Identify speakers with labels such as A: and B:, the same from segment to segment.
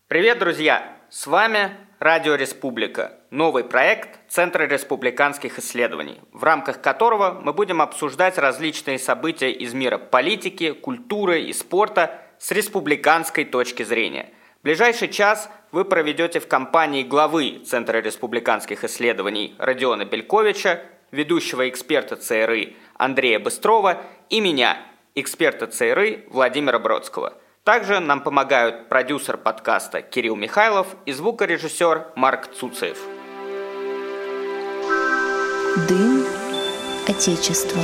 A: Привет, друзья! С вами Радио Республика, новый проект Центра республиканских исследований, в рамках которого мы будем обсуждать различные события из мира политики, культуры и спорта с республиканской точки зрения. В ближайший час вы проведете в компании главы Центра республиканских исследований Родиона Бельковича, ведущего эксперта ЦРИ Андрея Быстрова и меня, эксперта ЦРИ Владимира Бродского. Также нам помогают продюсер подкаста Кирилл Михайлов и звукорежиссер Марк Цуцеев.
B: Дым Отечества.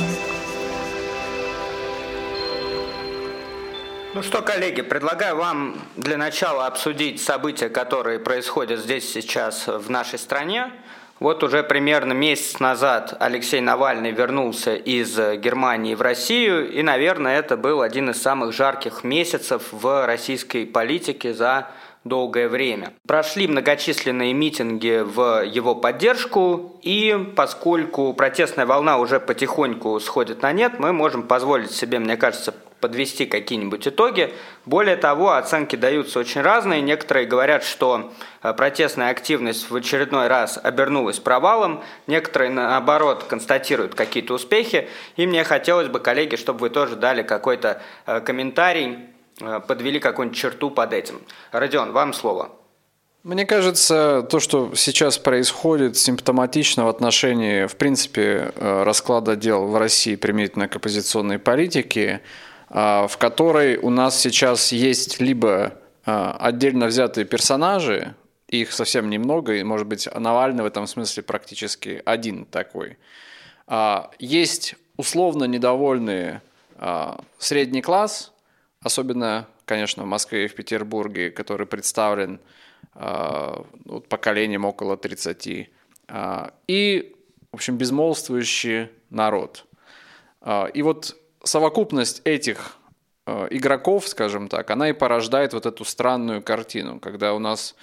A: Ну что, коллеги, предлагаю вам для начала обсудить события, которые происходят здесь сейчас в нашей стране. Вот уже примерно месяц назад Алексей Навальный вернулся из Германии в Россию, и, наверное, это был один из самых жарких месяцев в российской политике за долгое время. Прошли многочисленные митинги в его поддержку, и поскольку протестная волна уже потихоньку сходит на нет, мы можем позволить себе, мне кажется, подвести какие-нибудь итоги. Более того, оценки даются очень разные. Некоторые говорят, что протестная активность в очередной раз обернулась провалом. Некоторые, наоборот, констатируют какие-то успехи. И мне хотелось бы, коллеги, чтобы вы тоже дали какой-то комментарий, подвели какую-нибудь черту под этим. Родион, вам слово.
C: Мне кажется, то, что сейчас происходит, симптоматично в отношении, в принципе, расклада дел в России применительно к оппозиционной политике, в которой у нас сейчас есть либо отдельно взятые персонажи, их совсем немного, и, может быть, Навальный в этом смысле практически один такой. Есть условно недовольные средний класс, особенно, конечно, в Москве и в Петербурге, который представлен поколением около 30, и, в общем, безмолвствующий народ. И вот совокупность этих игроков, скажем так, она и порождает вот эту странную картину, когда у нас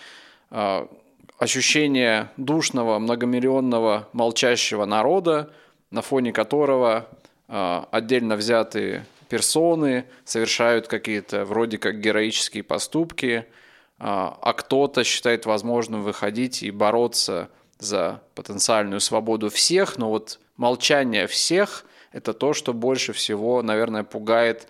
C: ощущение душного, многомиллионного молчащего народа, на фоне которого отдельно взятые персоны совершают какие-то вроде как героические поступки, а кто-то считает возможным выходить и бороться за потенциальную свободу всех, но вот молчание всех – это то, что больше всего, наверное, пугает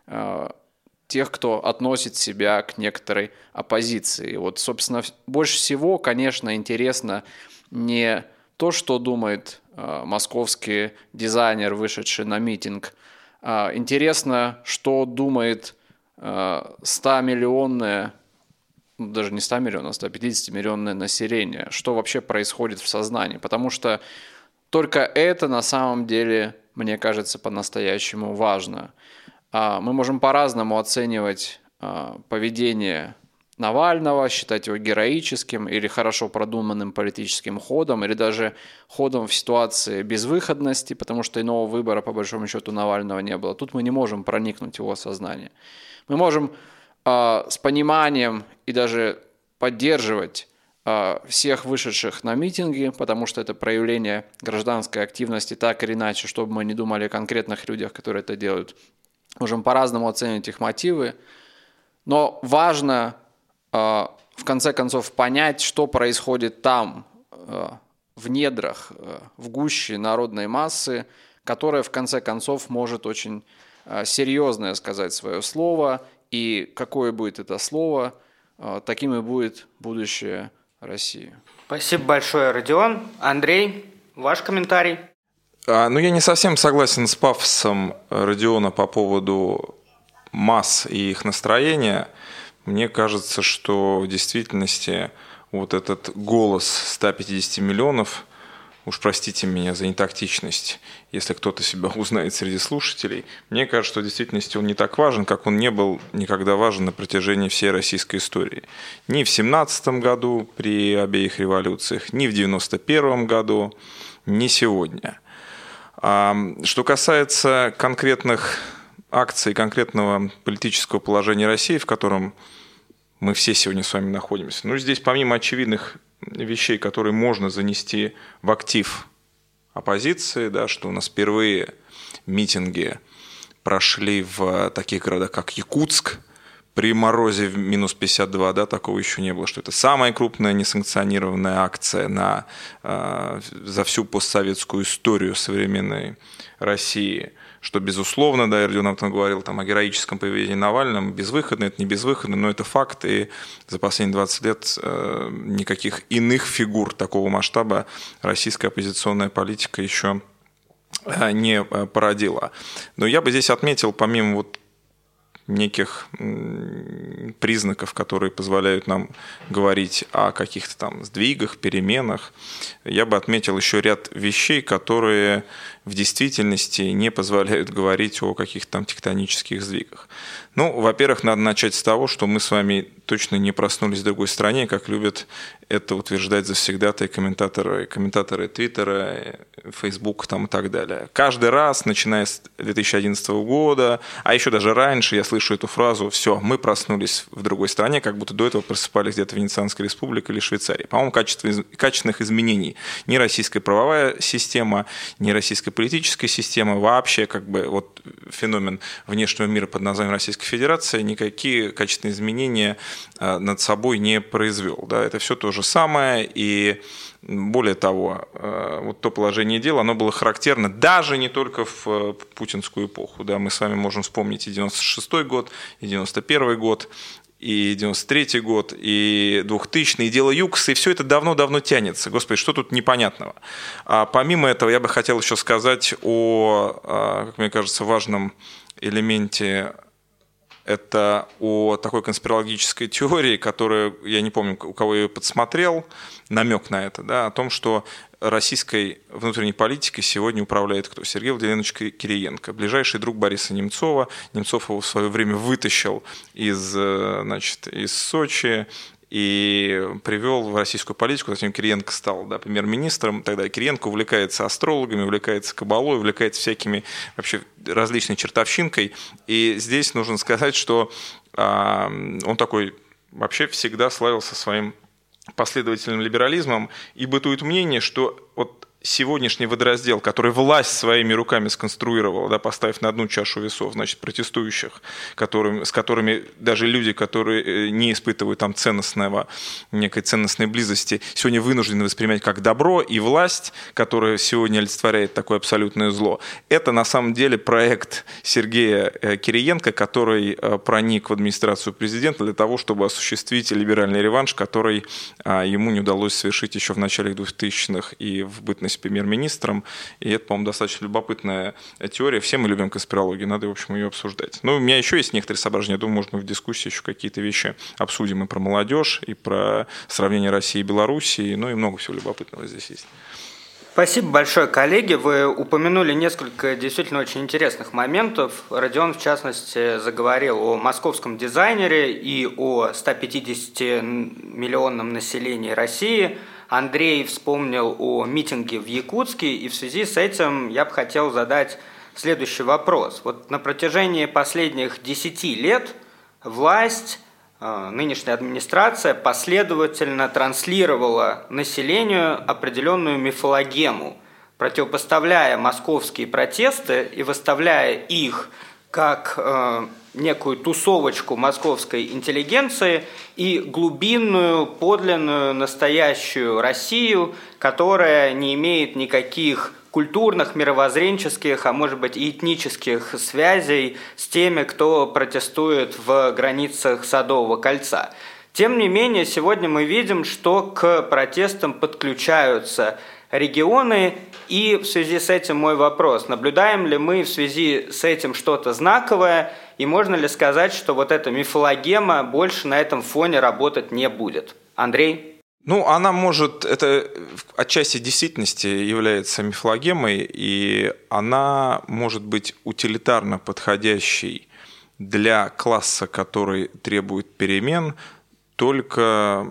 C: тех, кто относит себя к некоторой оппозиции. Вот, собственно, больше всего, конечно, интересно не то, что думает московский дизайнер, вышедший на митинг. Интересно, что думает 100-миллионное, даже не 100 миллионов, 150-миллионное население, что вообще происходит в сознании. Потому что только это на самом деле, мне кажется, по-настоящему важно. Мы можем по-разному оценивать поведение Навального, считать его героическим или хорошо продуманным политическим ходом, или даже ходом в ситуации безвыходности, потому что иного выбора, по большому счету, Навального не было. Тут мы не можем проникнуть в его сознание. Мы можем с пониманием и даже поддерживать всех вышедших на митинги, потому что это проявление гражданской активности, так или иначе, чтобы мы не думали о конкретных людях, которые это делают. Можем по-разному оценивать их мотивы, но важно в конце концов понять, что происходит там, в недрах, в гуще народной массы, которая в конце концов может очень серьезное сказать свое слово, и какое будет это слово, таким и будет будущее России.
A: Спасибо большое, Родион. Андрей, ваш комментарий?
D: Я не совсем согласен с пафосом Родиона по поводу масс и их настроения. Мне кажется, что в действительности вот этот голос 150 миллионов, уж простите меня за нетактичность, если кто-то себя узнает среди слушателей, мне кажется, что в действительности он не так важен, как он не был никогда важен на протяжении всей российской истории. Ни в 1917 году при обеих революциях, ни в 1991 году, ни сегодня. Что касается конкретных акций, конкретного политического положения России, в котором мы все сегодня с вами находимся, здесь помимо очевидных вещей, которые можно занести в актив оппозиции, да, что у нас впервые митинги прошли в таких городах, как Якутск, при морозе в минус 52, да, такого еще не было, что это самая крупная несанкционированная акция за всю постсоветскую историю современной России, что, безусловно, да, Родион Антон говорил там о героическом поведении Навального, безвыходно, это не безвыходно, но это факт, и за последние 20 лет никаких иных фигур такого масштаба российская оппозиционная политика еще не породила. Но я бы здесь отметил, помимо вот неких признаков, которые позволяют нам говорить о каких-то там сдвигах, переменах, я бы отметил еще ряд вещей, которые в действительности не позволяют говорить о каких-то там тектонических сдвигах. Ну, во-первых, надо начать с того, что мы с вами точно не проснулись в другой стране, как любят это утверждать завсегдатые комментаторы Твиттера, Фейсбука там и так далее. Каждый раз, начиная с 2011 года, а еще даже раньше, я слышу эту фразу: «Все, мы проснулись в другой стране», как будто до этого просыпались где-то в Венецианской республике или Швейцарии. По-моему, качественных изменений ни российская правовая система, ни российская политическая система, вообще как бы вот феномен внешнего мира под названием Российская Федерация никакие качественные изменения над собой не произвел. Да? Это все то же самое, и более того, вот то положение дел, оно было характерно даже не только в путинскую эпоху. Да? Мы с вами можем вспомнить и 96-й год, и 91-й год, и 93-й год, и 2000-й, и дело ЮКСа, и все это давно-давно тянется. Господи, что тут непонятного? А помимо этого, я бы хотел еще сказать о, как мне кажется, важном элементе. Это о такой конспирологической теории, которую, я не помню, у кого я ее подсмотрел, намек на это, да, о том, что российской внутренней политикой сегодня управляет кто? Сергей Владимирович Кириенко, ближайший друг Бориса Немцова. Немцов его в свое время вытащил из Сочи и привел в российскую политику. Затем Кириенко стал, да, премьер-министром. Тогда Кириенко увлекается астрологами, увлекается кабалой, увлекается всякими вообще различной чертовщинкой. И здесь нужно сказать, что он такой вообще всегда славился своим последовательным либерализмом, и бытует мнение, что вот сегодняшний водораздел, который власть своими руками сконструировала, да, поставив на одну чашу весов, значит, протестующих, с которыми даже люди, которые не испытывают там некой ценностной близости, сегодня вынуждены воспринимать как добро, и власть, которая сегодня олицетворяет такое абсолютное зло, это на самом деле проект Сергея Кириенко, который проник в администрацию президента для того, чтобы осуществить либеральный реванш, который ему не удалось совершить еще в начале 2000-х и в бытность премьер-министром, и это, по-моему, достаточно любопытная теория. Все мы любим конспирологию, надо, в общем, ее обсуждать. Но у меня еще есть некоторые соображения, я думаю, может, мы в дискуссии еще какие-то вещи обсудим и про молодежь, и про сравнение России и Белоруссии, ну и много всего любопытного здесь есть.
A: Спасибо большое, коллеги. Вы упомянули несколько действительно очень интересных моментов. Родион, в частности, заговорил о московском дизайнере и о 150-миллионном населении России. Андрей вспомнил о митинге в Якутске, и в связи с этим я бы хотел задать следующий вопрос. Вот на протяжении последних 10 лет власть, нынешняя администрация последовательно транслировала населению определенную мифологему, противопоставляя московские протесты и выставляя их как некую тусовочку московской интеллигенции и глубинную, подлинную, настоящую Россию, которая не имеет никаких культурных, мировоззренческих, а может быть и этнических связей с теми, кто протестует в границах Садового кольца. Тем не менее, сегодня мы видим, что к протестам подключаются регионы, и в связи с этим мой вопрос: наблюдаем ли мы в связи с этим что-то знаковое, и можно ли сказать, что вот эта мифологема больше на этом фоне работать не будет? Андрей?
D: Ну, она может, это отчасти действительности является мифологемой, и она может быть утилитарно подходящей для класса, который требует перемен, только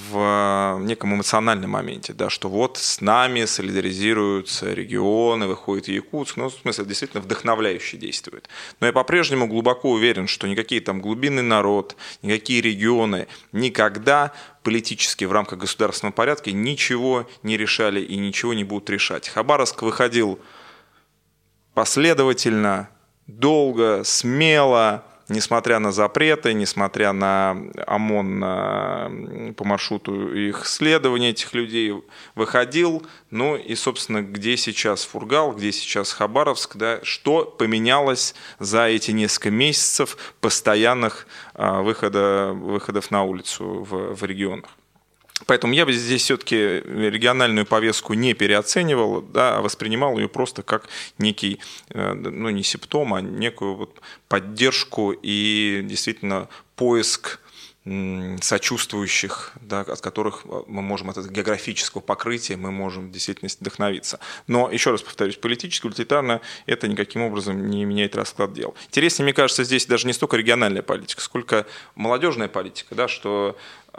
D: в неком эмоциональном моменте, да, что вот с нами солидаризируются регионы, выходит Якутск, ну, в смысле, действительно вдохновляюще действует. Но я по-прежнему глубоко уверен, что никакие там глубинный народ, никакие регионы никогда политически в рамках государственного порядка ничего не решали и ничего не будут решать. Хабаровск выходил последовательно, долго, смело, несмотря на запреты, несмотря на ОМОН по маршруту их следования этих людей, выходил. Ну и, собственно, где сейчас Фургал, где сейчас Хабаровск, да, что поменялось за эти несколько месяцев постоянных выходов на улицу в регионах. Поэтому я бы здесь все-таки региональную повестку не переоценивал, да, а воспринимал ее просто как некий, ну не симптом, а некую вот поддержку и действительно поиск сочувствующих, да, от которых мы можем, от этого географического покрытия, мы можем в действительности вдохновиться. Но, еще раз повторюсь, политически, утилитарно это никаким образом не меняет расклад дел. Интереснее, мне кажется, здесь даже не столько региональная политика, сколько молодежная политика, да, что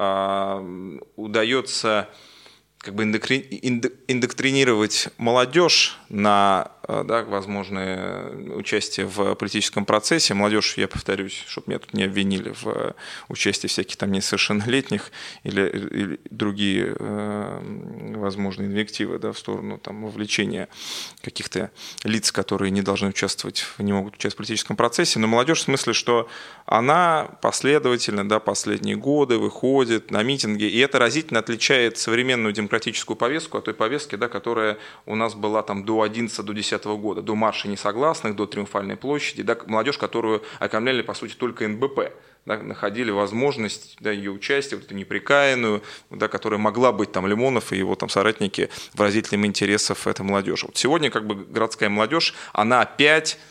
D: удается как бы индоктринировать молодежь на, да, возможное участие в политическом процессе. Молодежь, я повторюсь, чтобы меня тут не обвинили в участии всяких там несовершеннолетних или другие возможные инвективы, да, в сторону там вовлечения каких-то лиц, которые не должны участвовать, не могут участвовать в политическом процессе. Но молодежь в смысле, что она последовательно, да, последние годы выходит на митинги, и это разительно отличает современную демократическую повестку от той повестки, да, которая у нас была там до 2011-2010 года, до марша несогласных, до Триумфальной площади, да, молодежь, которую окормляли, по сути, только НБП, да, находили возможность, да, ее участия, вот эту непрекаянную, да, которая могла быть там Лимонов и его там соратники выразителями интересов этой молодежи. Вот сегодня как бы городская молодежь, она опять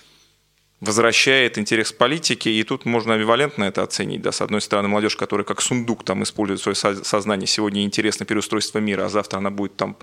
D: возвращает интерес к политике, и тут можно амбивалентно это оценить. Да. С одной стороны, молодежь, которая как сундук там использует свое сознание, сегодня интересно переустройство мира, а завтра она будет там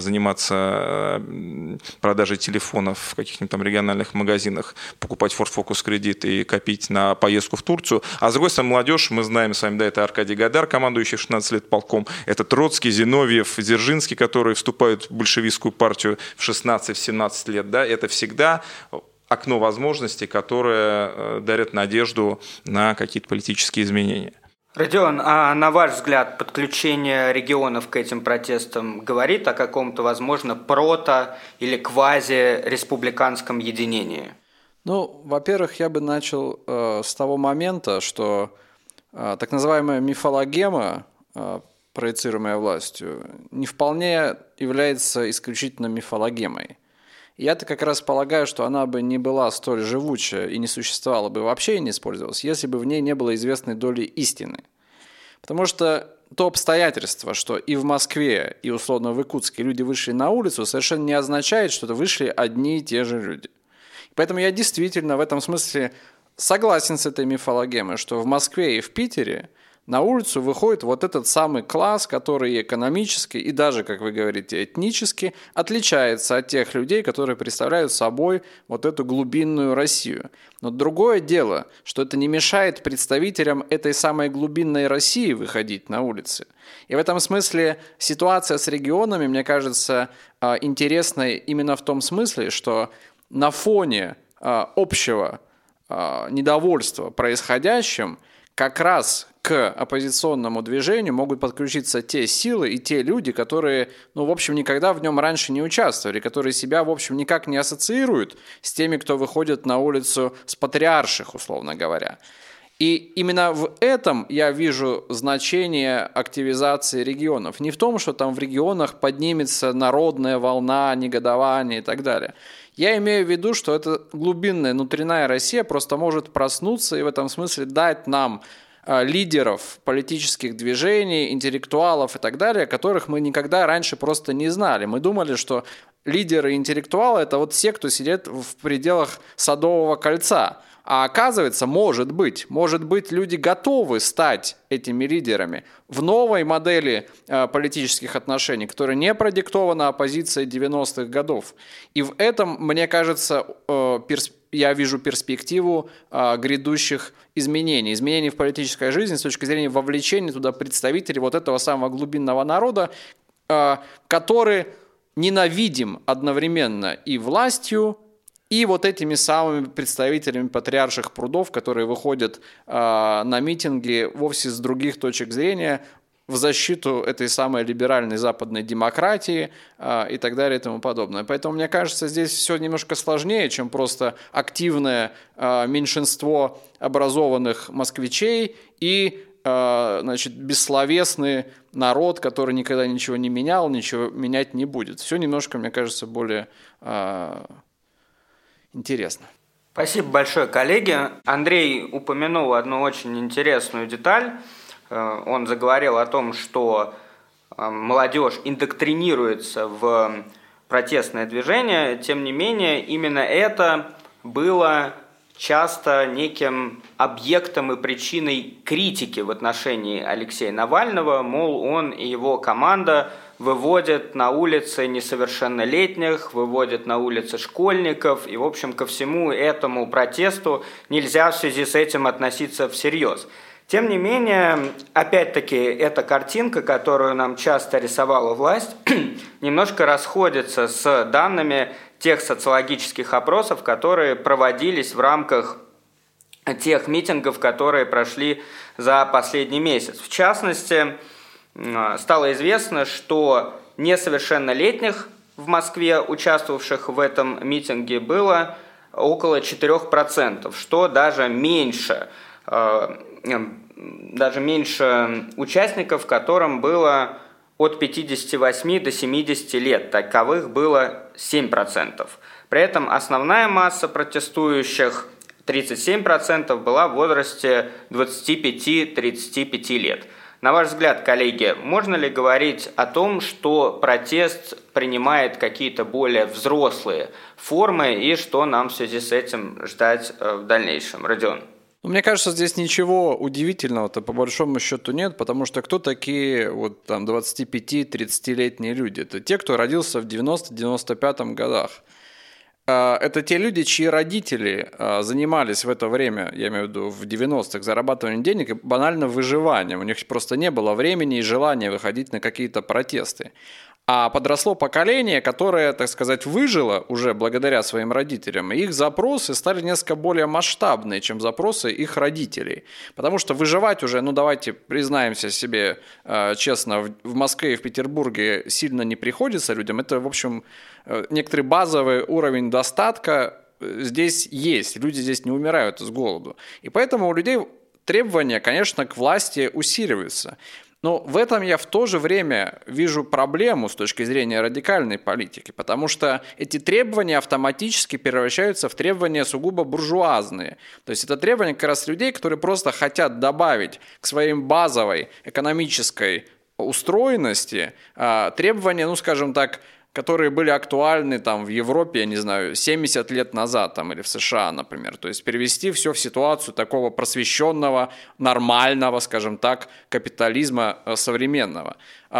D: заниматься продажей телефонов в каких-нибудь там региональных магазинах, покупать Ford Focus кредит и копить на поездку в Турцию. А с другой стороны, молодежь, мы знаем с вами, да, это Аркадий Гайдар, командующий 16 лет полком, это Троцкий, Зиновьев, Дзержинский, которые вступают в большевистскую партию в 16-17 лет. Да. Это всегда окно возможностей, которое дарит надежду на какие-то политические изменения.
A: Родион, а на ваш взгляд, подключение регионов к этим протестам говорит о каком-то, возможно, прото- или квази-республиканском единении?
C: Ну, во-первых, я бы начал с того момента, что так называемая мифологема, проецируемая властью, не вполне является исключительно мифологемой. Я-то как раз полагаю, что она бы не была столь живуча и не существовала бы вообще и не использовалась, если бы в ней не было известной доли истины. Потому что то обстоятельство, что и в Москве, и условно в Иркутске люди вышли на улицу, совершенно не означает, что это вышли одни и те же люди. Поэтому я действительно в этом смысле согласен с этой мифологемой, что в Москве и в Питере на улицу выходит вот этот самый класс, который экономически и даже, как вы говорите, этнически отличается от тех людей, которые представляют собой вот эту глубинную Россию. Но другое дело, что это не мешает представителям этой самой глубинной России выходить на улицы. И в этом смысле ситуация с регионами, мне кажется, интересной именно в том смысле, что на фоне общего недовольства происходящим как раз к оппозиционному движению могут подключиться те силы и те люди, которые, ну, в общем, никогда в нем раньше не участвовали, которые себя, в общем, никак не ассоциируют с теми, кто выходит на улицу с патриарших, условно говоря. И именно в этом я вижу значение активизации регионов. Не в том, что там в регионах поднимется народная волна негодования и так далее. Я имею в виду, что эта глубинная внутренняя Россия просто может проснуться и в этом смысле дать нам лидеров политических движений, интеллектуалов и так далее, которых мы никогда раньше просто не знали. Мы думали, что лидеры и интеллектуалы – это вот те, кто сидит в пределах Садового кольца. А оказывается, может быть, люди готовы стать этими лидерами в новой модели политических отношений, которая не продиктована оппозицией 90-х годов. И в этом, мне кажется, я вижу перспективу грядущих изменений в политической жизни с точки зрения вовлечения туда представителей вот этого самого глубинного народа, который ненавидим одновременно и властью, и вот этими самыми представителями патриарших прудов, которые выходят на митинги вовсе с других точек зрения, в защиту этой самой либеральной западной демократии и так далее и тому подобное. Поэтому, мне кажется, здесь все немножко сложнее, чем просто активное меньшинство образованных москвичей и бессловесный народ, который никогда ничего не менял, ничего менять не будет. Все немножко, мне кажется, более интересно.
A: Спасибо большое, коллеги. Андрей упомянул одну очень интересную деталь. Он заговорил о том, что молодежь индоктринируется в протестное движение. Тем не менее, именно это было часто неким объектом и причиной критики в отношении Алексея Навального, мол, он и его команда выводят на улицы несовершеннолетних, выводят на улицы школьников, и, в общем, ко всему этому протесту нельзя в связи с этим относиться всерьез. Тем не менее, опять-таки, эта картинка, которую нам часто рисовала власть, немножко расходится с данными тех социологических опросов, которые проводились в рамках тех митингов, которые прошли за последний месяц. В частности, стало известно, что несовершеннолетних в Москве, участвовавших в этом митинге, было около 4%, что даже меньше участников, которым было от 58 до 70 лет. Таковых было 7%. При этом основная масса протестующих, 37%, была в возрасте 25-35 лет. На ваш взгляд, коллеги, можно ли говорить о том, что протест принимает какие-то более взрослые формы и что нам в связи с этим ждать в дальнейшем? Родион.
C: Мне кажется, здесь ничего удивительного-то по большому счету нет, потому что кто такие 25-30-летние люди? Это те, кто родился в 90-95 годах. Это те люди, чьи родители занимались в это время, я имею в виду в 90-х, зарабатыванием денег и банально выживанием. У них просто не было времени и желания выходить на какие-то протесты. А подросло поколение, которое, так сказать, выжило уже благодаря своим родителям, и их запросы стали несколько более масштабные, чем запросы их родителей. Потому что выживать уже, давайте признаемся себе честно, в Москве и в Петербурге сильно не приходится людям. Это, в общем, некоторый базовый уровень достатка здесь есть. Люди здесь не умирают с голоду. И поэтому у людей требования, конечно, к власти усиливаются. Но в этом я в то же время вижу проблему с точки зрения радикальной политики, потому что эти требования автоматически превращаются в требования сугубо буржуазные. То есть это требования как раз людей, которые просто хотят добавить к своей базовой экономической устроенности требования, скажем так, которые были актуальны в Европе, я не знаю, 70 лет назад или в США, например. То есть перевести все в ситуацию такого просвещенного, нормального, скажем так, капитализма современного.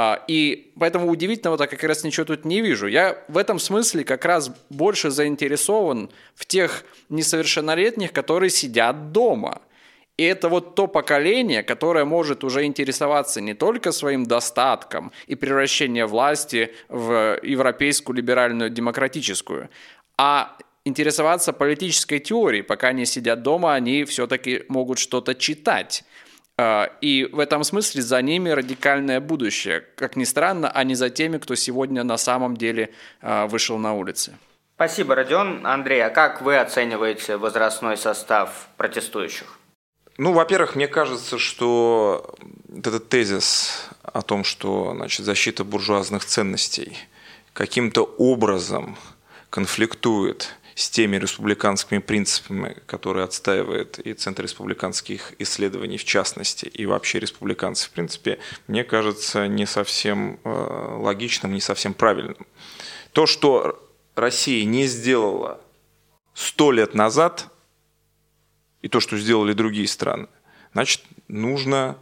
C: И поэтому удивительного-то как раз ничего тут не вижу. Я в этом смысле как раз больше заинтересован в тех несовершеннолетних, которые сидят дома. И это то поколение, которое может уже интересоваться не только своим достатком и превращением власти в европейскую либеральную демократическую, а интересоваться политической теорией. Пока они сидят дома, они все-таки могут что-то читать. И в этом смысле за ними радикальное будущее. Как ни странно, а не за теми, кто сегодня на самом деле вышел на улицы.
A: Спасибо, Родион. Андрей, а как вы оцениваете возрастной состав протестующих?
D: Во-первых, мне кажется, что этот тезис о том, что защита буржуазных ценностей каким-то образом конфликтует с теми республиканскими принципами, которые отстаивает и Центр республиканских исследований в частности, и вообще республиканцы в принципе, мне кажется не совсем логичным, не совсем правильным. То, что Россия не сделала 100 лет назад, и то, что сделали другие страны, значит, нужно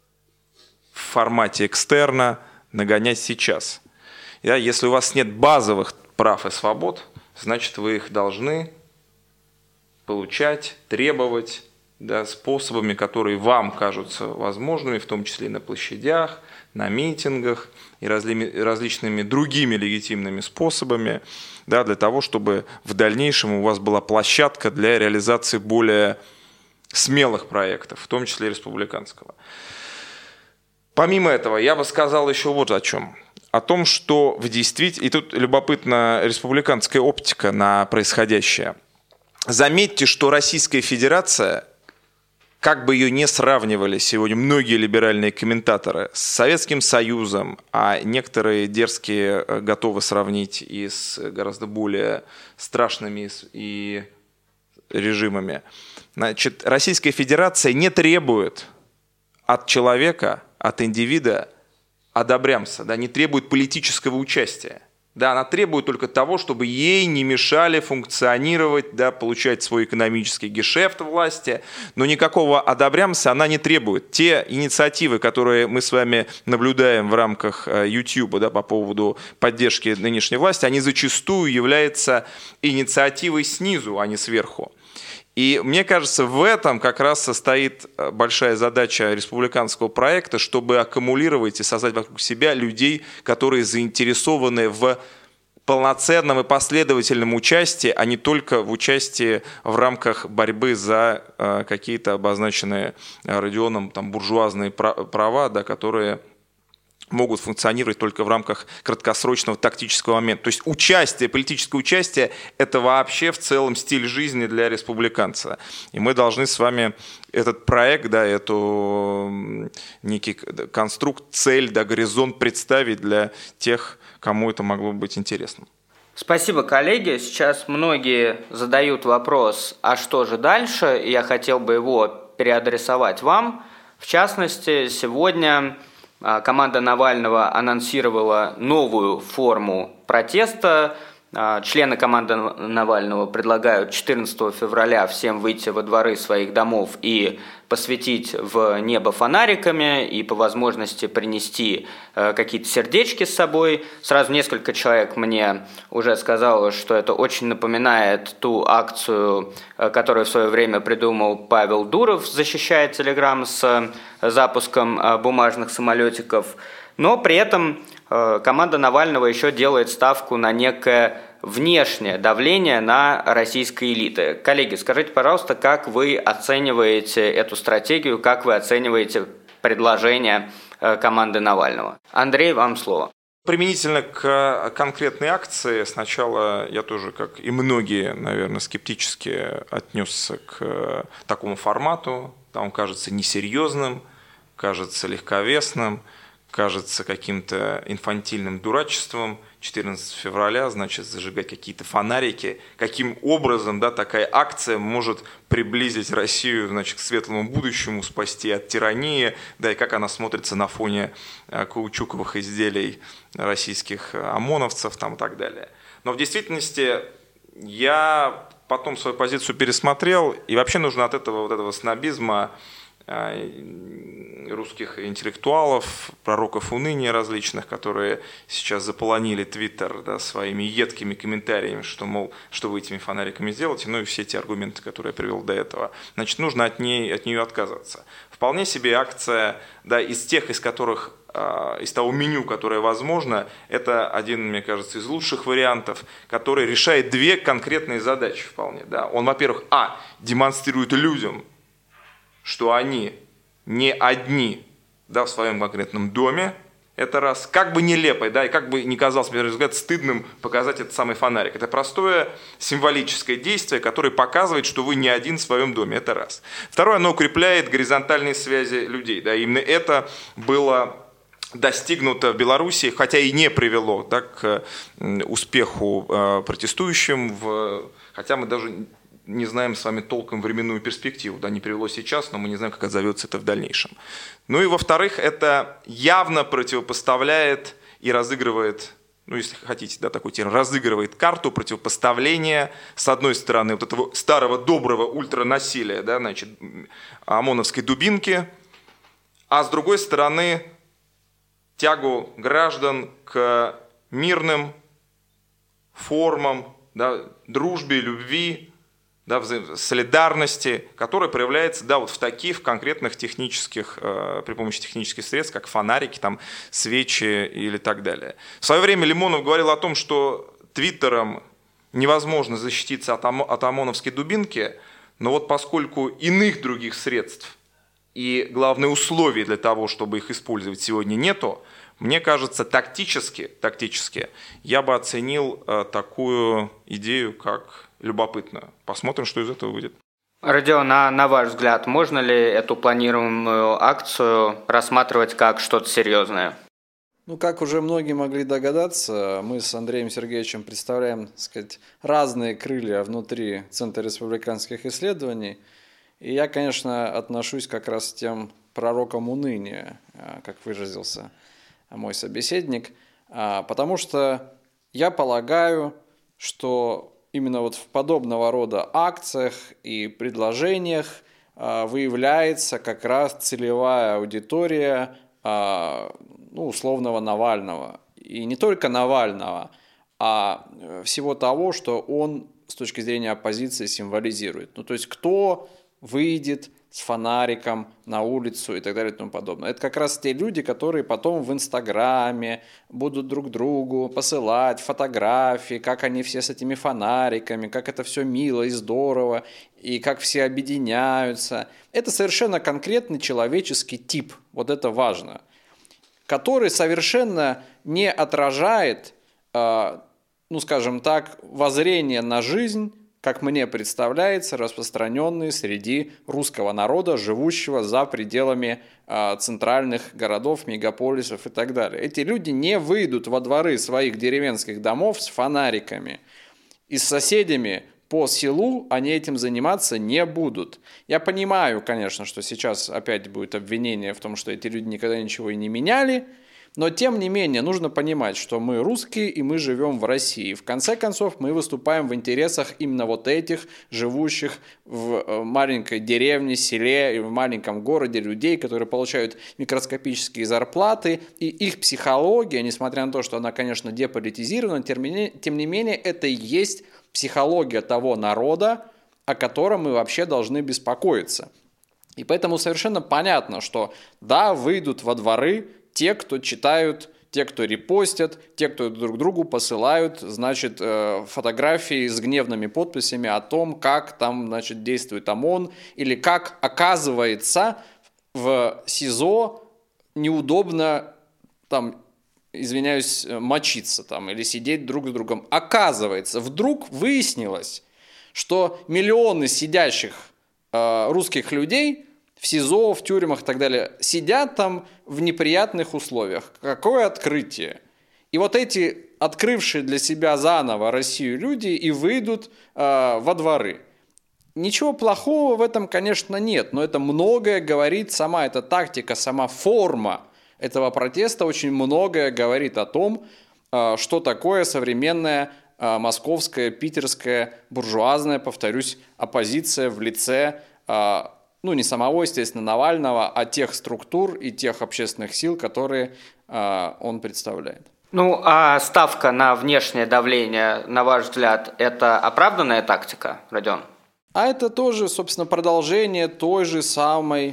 D: в формате экстерна нагонять сейчас. Если у вас нет базовых прав и свобод, значит, вы их должны получать, требовать способами, которые вам кажутся возможными, в том числе и на площадях, на митингах и различными другими легитимными способами, для того, чтобы в дальнейшем у вас была площадка для реализации более смелых проектов, в том числе и республиканского. Помимо этого, я бы сказал еще вот о чем. О том, что в действительности... И тут любопытна республиканская оптика на происходящее. Заметьте, что Российская Федерация, как бы ее не сравнивали сегодня многие либеральные комментаторы с Советским Союзом, а некоторые дерзкие готовы сравнить и с гораздо более страшными и режимами. Значит, Российская Федерация не требует от человека, от индивида одобрямса, да, не требует политического участия. Да, она требует только того, чтобы ей не мешали функционировать, да, получать свой экономический гешефт власти, но никакого одобрямса она не требует. Те инициативы, которые мы с вами наблюдаем в рамках YouTube, да, по поводу поддержки нынешней власти, они зачастую являются инициативой снизу, а не сверху. И мне кажется, в этом как раз состоит большая задача республиканского проекта, чтобы аккумулировать и создать вокруг себя людей, которые заинтересованы в полноценном и последовательном участии, а не только в участии в рамках борьбы за какие-то обозначенные Родионом там, буржуазные права, да, которые могут функционировать только в рамках краткосрочного тактического момента. То есть участие, политическое участие – это вообще в целом стиль жизни для республиканца. И мы должны с вами этот проект, да, эту некий конструкт, цель, да, горизонт представить для тех, кому это могло быть интересно.
A: Спасибо, коллеги. Сейчас многие задают вопрос, а что же дальше? И я хотел бы его переадресовать вам. В частности, сегодня команда Навального анонсировала новую форму протеста. Члены команды Навального предлагают 14 февраля всем выйти во дворы своих домов и посветить в небо фонариками и по возможности принести какие-то сердечки с собой. Сразу несколько человек мне уже сказало, что это очень напоминает ту акцию, которую в свое время придумал Павел Дуров, защищая Телеграм с запуском бумажных самолетиков. Но при этом команда Навального еще делает ставку на некое внешнее давление на российской элиты. Коллеги, скажите, пожалуйста, как вы оцениваете эту стратегию, как вы оцениваете предложение команды Навального? Андрей, вам слово.
D: Применительно к конкретной акции, сначала я тоже, как и многие, наверное, скептически отнесся к такому формату. Там кажется несерьезным, кажется легковесным, кажется каким-то инфантильным дурачеством. 14 февраля, значит, зажигать какие-то фонарики. Каким образом, да, такая акция может приблизить Россию, значит, к светлому будущему, спасти от тирании, да, и как она смотрится на фоне каучуковых изделий российских ОМОНовцев там, и так далее. Но в действительности я потом свою позицию пересмотрел, и вообще нужно от этого снобизма русских интеллектуалов, пророков уныния различных, которые сейчас заполонили Твиттер, да, своими едкими комментариями, что, мол, что вы этими фонариками сделаете, ну и все эти аргументы, которые я привел до этого. Значит, нужно от нее отказаться. Вполне себе акция, да, из того меню, которое возможно, это один, мне кажется, из лучших вариантов, который решает две конкретные задачи вполне. Да. Он, во-первых, демонстрирует людям, что они не одни, да, в своем конкретном доме, это раз, как бы нелепо, да, и как бы не казалось, на первый взгляд, стыдным показать этот самый фонарик. Это простое символическое действие, которое показывает, что вы не один в своем доме, это раз. Второе, оно укрепляет горизонтальные связи людей, да, именно это было достигнуто в Беларуси, хотя и не привело, да, к успеху протестующим, хотя мы даже не знаем с вами толком временную перспективу, да, не привело сейчас, но мы не знаем, как отзовется это в дальнейшем. Ну и во-вторых, это явно противопоставляет и разыгрывает, ну если хотите, да, такой термин, разыгрывает карту противопоставления, с одной стороны, вот этого старого доброго ультранасилия, да, значит, ОМОНовской дубинки, а с другой стороны, тягу граждан к мирным формам, да, дружбе, любви, да, солидарности, которая проявляется, да, вот в конкретных технических, при помощи технических средств, как фонарики, там, свечи или так далее. В свое время Лимонов говорил о том, что Твиттером невозможно защититься от ОМОНовской дубинки, но вот поскольку иных других средств и, главное, условий для того, чтобы их использовать, сегодня нету, мне кажется, тактически я бы оценил такую идею как любопытную. Посмотрим, что из этого выйдет.
A: Родион, на ваш взгляд, можно ли эту планируемую акцию рассматривать как что-то серьезное?
C: Как уже многие могли догадаться, мы с Андреем Сергеевичем представляем, так сказать, разные крылья внутри Центра республиканских исследований. И я, конечно, отношусь как раз к тем пророкам уныния, как выразился мой собеседник, потому что я полагаю, что именно в подобного рода акциях и предложениях выявляется как раз целевая аудитория условного Навального. И не только Навального, а всего того, что он с точки зрения оппозиции символизирует. То есть кто выйдет с фонариком на улицу и так далее и тому подобное. Это как раз те люди, которые потом в Инстаграме будут друг другу посылать фотографии, как они все с этими фонариками, как это все мило и здорово, и как все объединяются. Это совершенно конкретный человеческий тип, вот это важно, который совершенно не отражает, скажем так, воззрение на жизнь, как мне представляется, распространенные среди русского народа, живущего за пределами центральных городов, мегаполисов и так далее. Эти люди не выйдут во дворы своих деревенских домов с фонариками. И с соседями по селу они этим заниматься не будут. Я понимаю, конечно, что сейчас опять будет обвинение в том, что эти люди никогда ничего и не меняли, но тем не менее нужно понимать, что мы русские и мы живем в России. В конце концов мы выступаем в интересах именно этих живущих в маленькой деревне, селе и в маленьком городе людей, которые получают микроскопические зарплаты. И их психология, несмотря на то, что она, конечно, деполитизирована, тем не менее это и есть психология того народа, о котором мы вообще должны беспокоиться. И поэтому совершенно понятно, что да, выйдут во дворы те, кто читают, те, кто репостят, те, кто друг другу посылают, фотографии с гневными подписями о том, как там, действует ОМОН, или как, оказывается, в СИЗО неудобно, мочиться или сидеть друг с другом. Оказывается, вдруг выяснилось, что миллионы сидящих русских людей в СИЗО, в тюрьмах и так далее, сидят там в неприятных условиях. Какое открытие! И эти открывшие для себя заново Россию люди и выйдут во дворы. Ничего плохого в этом, конечно, нет, но это многое говорит сама эта тактика, сама форма этого протеста очень многое говорит о том, что такое современная московская, питерская, буржуазная, повторюсь, оппозиция в лице не самого, естественно, Навального, а тех структур и тех общественных сил, которые он представляет.
A: А ставка на внешнее давление, на ваш взгляд, это оправданная тактика, Родион?
C: А это тоже, собственно, продолжение той же самой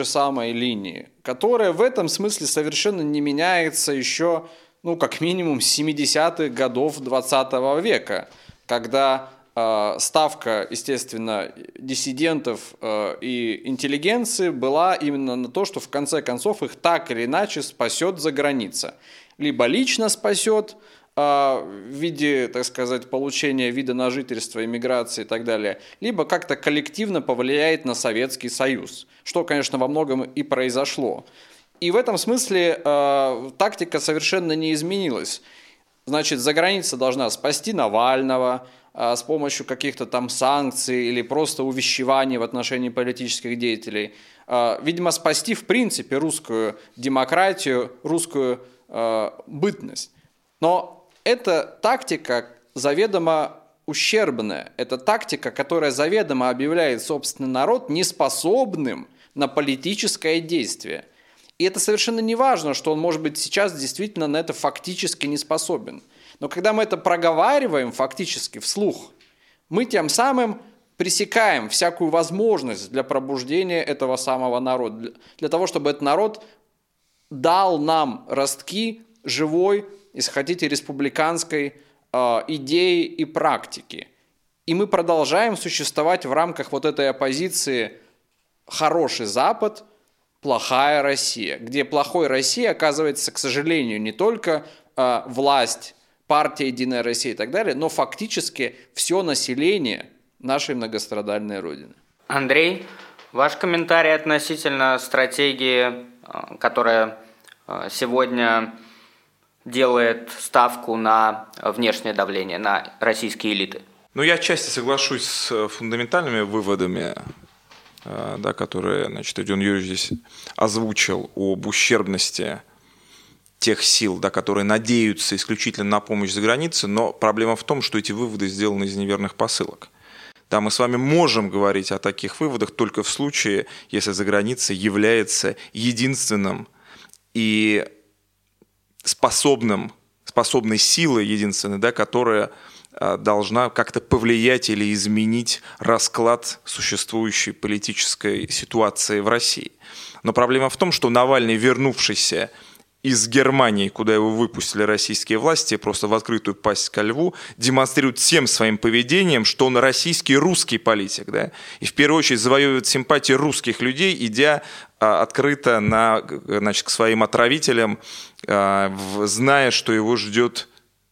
C: линии, которая в этом смысле совершенно не меняется еще, как минимум, с 70-х годов 20 века, когда ставка, естественно, диссидентов и интеллигенции была именно на то, что в конце концов их так или иначе спасет заграница. Либо лично спасет в виде, так сказать, получения вида на жительство, иммиграции и так далее, либо как-то коллективно повлияет на Советский Союз, что, конечно, во многом и произошло. И в этом смысле тактика совершенно не изменилась. Заграница должна спасти Навального, с помощью каких-то санкций или просто увещеваний в отношении политических деятелей. Видимо, спасти в принципе русскую демократию, русскую бытность. Но эта тактика заведомо ущербная. Это тактика, которая заведомо объявляет собственный народ неспособным на политическое действие. И это совершенно не важно, что он, может быть, сейчас действительно на это фактически не способен. Но когда мы это проговариваем фактически вслух, мы тем самым пресекаем всякую возможность для пробуждения этого самого народа, для того, чтобы этот народ дал нам ростки живой, если хотите, республиканской идеи и практики. И мы продолжаем существовать в рамках этой оппозиции «хороший Запад», плохая Россия, где плохой Россией оказывается, к сожалению, не только власть, партия «Единая Россия» и так далее, но фактически все население нашей многострадальной Родины.
A: Андрей, ваш комментарий относительно стратегии, которая сегодня делает ставку на внешнее давление, на российские элиты?
D: Ну, я отчасти соглашусь с фундаментальными выводами, да, которые, значит, Родион Юрьевич здесь озвучил об ущербности тех сил, да, которые надеются исключительно на помощь за границей, но проблема в том, что эти выводы сделаны из неверных посылок. Да, мы с вами можем говорить о таких выводах только в случае, если за границей является единственным и способной силой единственной, да, которая должна как-то повлиять или изменить расклад существующей политической ситуации в России. Но проблема в том, что Навальный, вернувшийся из Германии, куда его выпустили российские власти, просто в открытую пасть ко льву, демонстрирует всем своим поведением, что он российский, русский политик. Да? И в первую очередь завоевывает симпатии русских людей, идя открыто к своим отравителям, зная, что его ждет,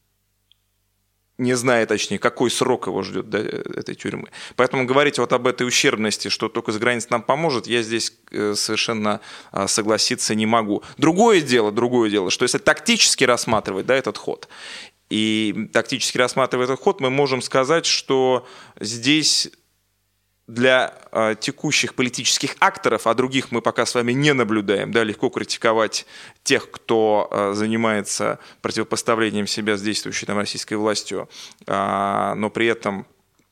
D: не зная, точнее, какой срок его ждет до этой тюрьмы. Поэтому говорить вот об этой ущербности, что только за границей нам поможет, я здесь совершенно согласиться не могу. Другое дело, что если тактически рассматривать, да, этот ход, и тактически рассматривая этот ход, мы можем сказать, что здесь для текущих политических акторов, а других мы пока с вами не наблюдаем, да, легко критиковать тех, кто занимается противопоставлением себя с действующей там российской властью, но при этом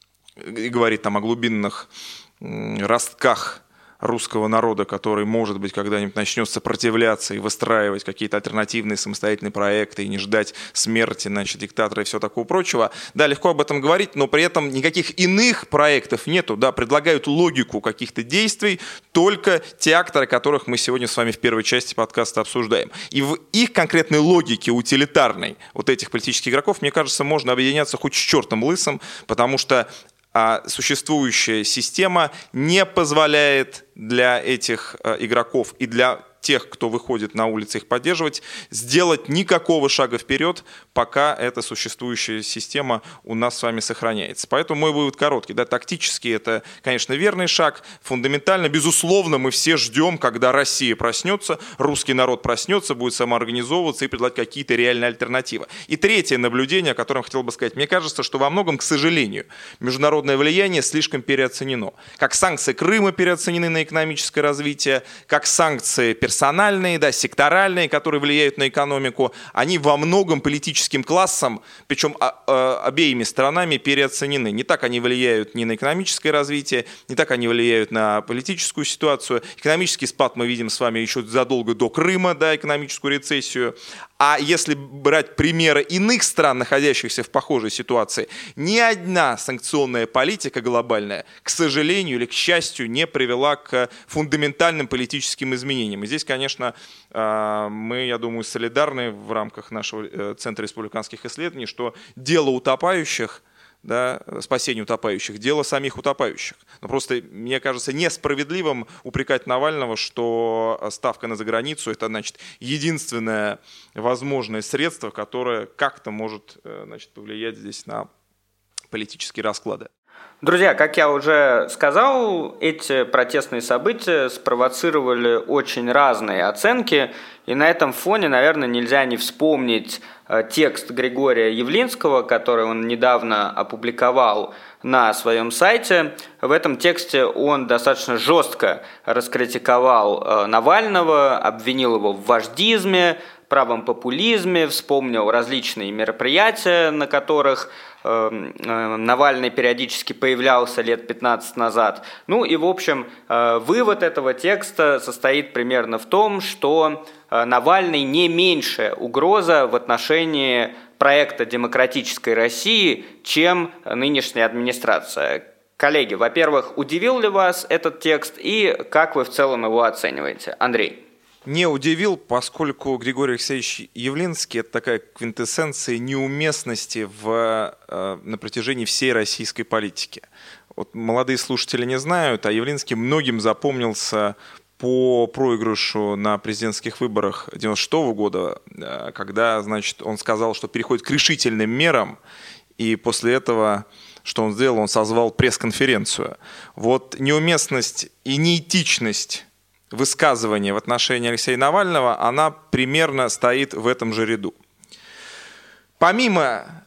D: и говорит там о глубинных ростках русского народа, который, может быть, когда-нибудь начнет сопротивляться и выстраивать какие-то альтернативные самостоятельные проекты и не ждать смерти, значит, диктатора и всего такого прочего. Да, легко об этом говорить, но при этом никаких иных проектов нету, да, предлагают логику каких-то действий только те акторы, которых мы сегодня с вами в первой части подкаста обсуждаем. И в их конкретной логике утилитарной вот этих политических игроков, мне кажется, можно объединяться хоть с чертом лысым, потому что существующая система не позволяет для этих игроков и для тех, кто выходит на улицы их поддерживать, сделать никакого шага вперед, пока эта существующая система у нас с вами сохраняется. Поэтому мой вывод короткий. Да, тактически это, конечно, верный шаг. Фундаментально, безусловно, мы все ждем, когда Россия проснется, русский народ проснется, будет самоорганизовываться и предлагать какие-то реальные альтернативы. И третье наблюдение, о котором хотел бы сказать. Мне кажется, что во многом, к сожалению, международное влияние слишком переоценено. Как санкции Крыма переоценены на экономическое развитие, как санкции персональные, да, секторальные, которые влияют на экономику, они во многом политическим классом, причем обеими сторонами, переоценены. Не так они влияют ни на экономическое развитие, не так они влияют на политическую ситуацию. Экономический спад мы видим с вами еще задолго до Крыма, да, экономическую рецессию. А если брать примеры иных стран, находящихся в похожей ситуации, ни одна санкционная политика глобальная, к сожалению или к счастью, не привела к фундаментальным политическим изменениям. И здесь, конечно, мы, я думаю, солидарны в рамках нашего Центра республиканских исследований, что дело утопающих, да, спасение утопающих, дело самих утопающих. Но просто, мне кажется, несправедливым упрекать Навального, что ставка на заграницу – это, значит, единственное возможное средство, которое как-то может, значит, повлиять здесь на политические расклады.
A: Друзья, как я уже сказал, эти протестные события спровоцировали очень разные оценки, и на этом фоне, наверное, нельзя не вспомнить текст Григория Явлинского, который он недавно опубликовал на своем сайте. В этом тексте он достаточно жестко раскритиковал Навального, обвинил его в вождизме, правом популизме, вспомнил различные мероприятия, на которых Навальный периодически появлялся лет 15 назад. Ну и, в общем, вывод этого текста состоит примерно в том, что Навальный не меньшая угроза в отношении проекта демократической России, чем нынешняя администрация. Коллеги, во-первых, удивил ли вас этот текст и как вы в целом его оцениваете? Андрей.
D: Не удивил, поскольку Григорий Алексеевич Явлинский – это такая квинтэссенция неуместности на протяжении всей российской политики. Вот молодые слушатели не знают, а Явлинский многим запомнился по проигрышу на президентских выборах 1996 года, когда, значит, он сказал, что переходит к решительным мерам, и после этого, что он сделал, он созвал пресс-конференцию. Вот неуместность и неэтичность высказывания в отношении Алексея Навального, она примерно стоит в этом же ряду. Помимо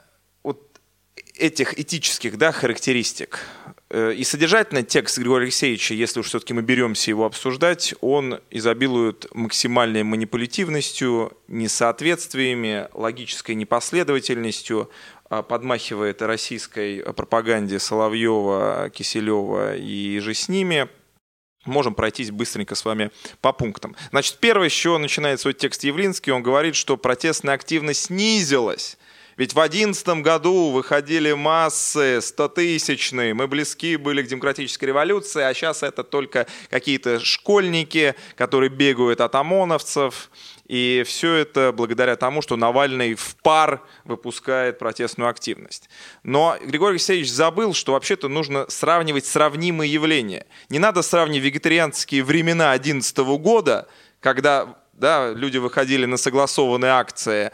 D: этих этических, да, характеристик, и содержательный текст Григория Алексеевича, если уж все-таки мы беремся его обсуждать, он изобилует максимальной манипулятивностью, несоответствиями, логической непоследовательностью, подмахивает российской пропаганде Соловьева, Киселева и же с ними. Можем пройтись быстренько с вами по пунктам. Значит, первое, с чего начинает свой текст Явлинский, он говорит, что протестная активность снизилась. Ведь в 2011 году выходили массы, 100-тысячные, мы близки были к демократической революции, а сейчас это только какие-то школьники, которые бегают от ОМОНовцев. И все это благодаря тому, что Навальный в пар выпускает протестную активность. Но Григорий Алексеевич забыл, что вообще-то нужно сравнивать сравнимые явления. Не надо сравнивать вегетарианские времена 2011 года, когда... Да, люди выходили на согласованные акции,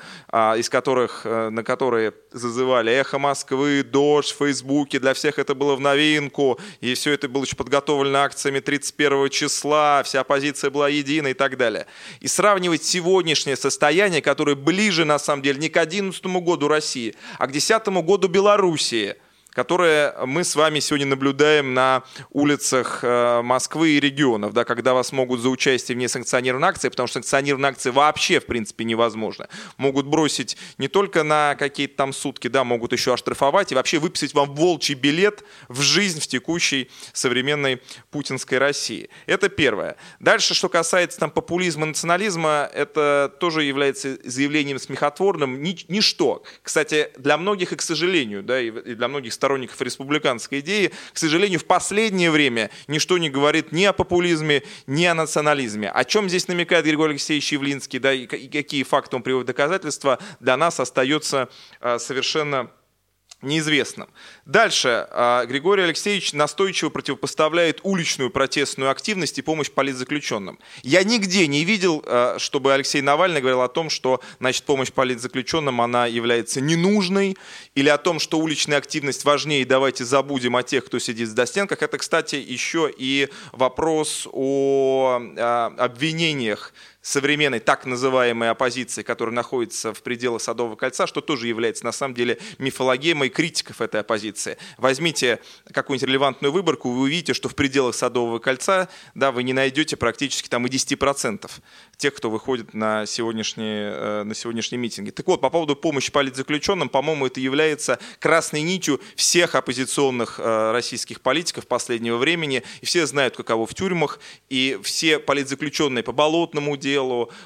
D: на которые зазывали «Эхо Москвы», «Дождь», в Фейсбуке. Для всех это было в новинку. И все это было еще подготовлено акциями 31 числа. Вся оппозиция была едина и так далее. И сравнивать сегодняшнее состояние, которое ближе, на самом деле, не к 2011 году России, а к 2010 году Белоруссии, которые мы с вами сегодня наблюдаем на улицах Москвы и регионов, да, когда вас могут за участие в несанкционированной акции, потому что санкционированные акции вообще, в принципе, невозможно. Могут бросить не только на какие-то там сутки, да, могут еще оштрафовать и вообще выписать вам волчий билет в жизнь в текущей современной путинской России. Это первое. Дальше, что касается там популизма и национализма, это тоже является заявлением смехотворным. Ничто. Кстати, для многих и к сожалению, да, и для многих сторонников республиканской идеи, к сожалению, в последнее время ничто не говорит ни о популизме, ни о национализме. О чем здесь намекает Григорий Алексеевич Явлинский, да, и какие факты он приводит доказательства, для нас остается совершенно неизвестным. Дальше. Григорий Алексеевич настойчиво противопоставляет уличную протестную активность и помощь политзаключенным. Я нигде не видел, чтобы Алексей Навальный говорил о том, что, значит, помощь политзаключенным, она является ненужной, или о том, что уличная активность важнее, давайте забудем о тех, кто сидит в застенках. Это, кстати, еще и вопрос о обвинениях современной так называемой оппозиции, которая находится в пределах Садового кольца, что тоже является на самом деле мифологемой критиков этой оппозиции. Возьмите какую-нибудь релевантную выборку, вы увидите, что в пределах Садового кольца, да, вы не найдете практически там и 10% тех, кто выходит на сегодняшние митинги. Так вот, по поводу помощи политзаключенным, по-моему, это является красной нитью всех оппозиционных российских политиков последнего времени. И все знают, каково в тюрьмах, и все политзаключенные по Болотному делу,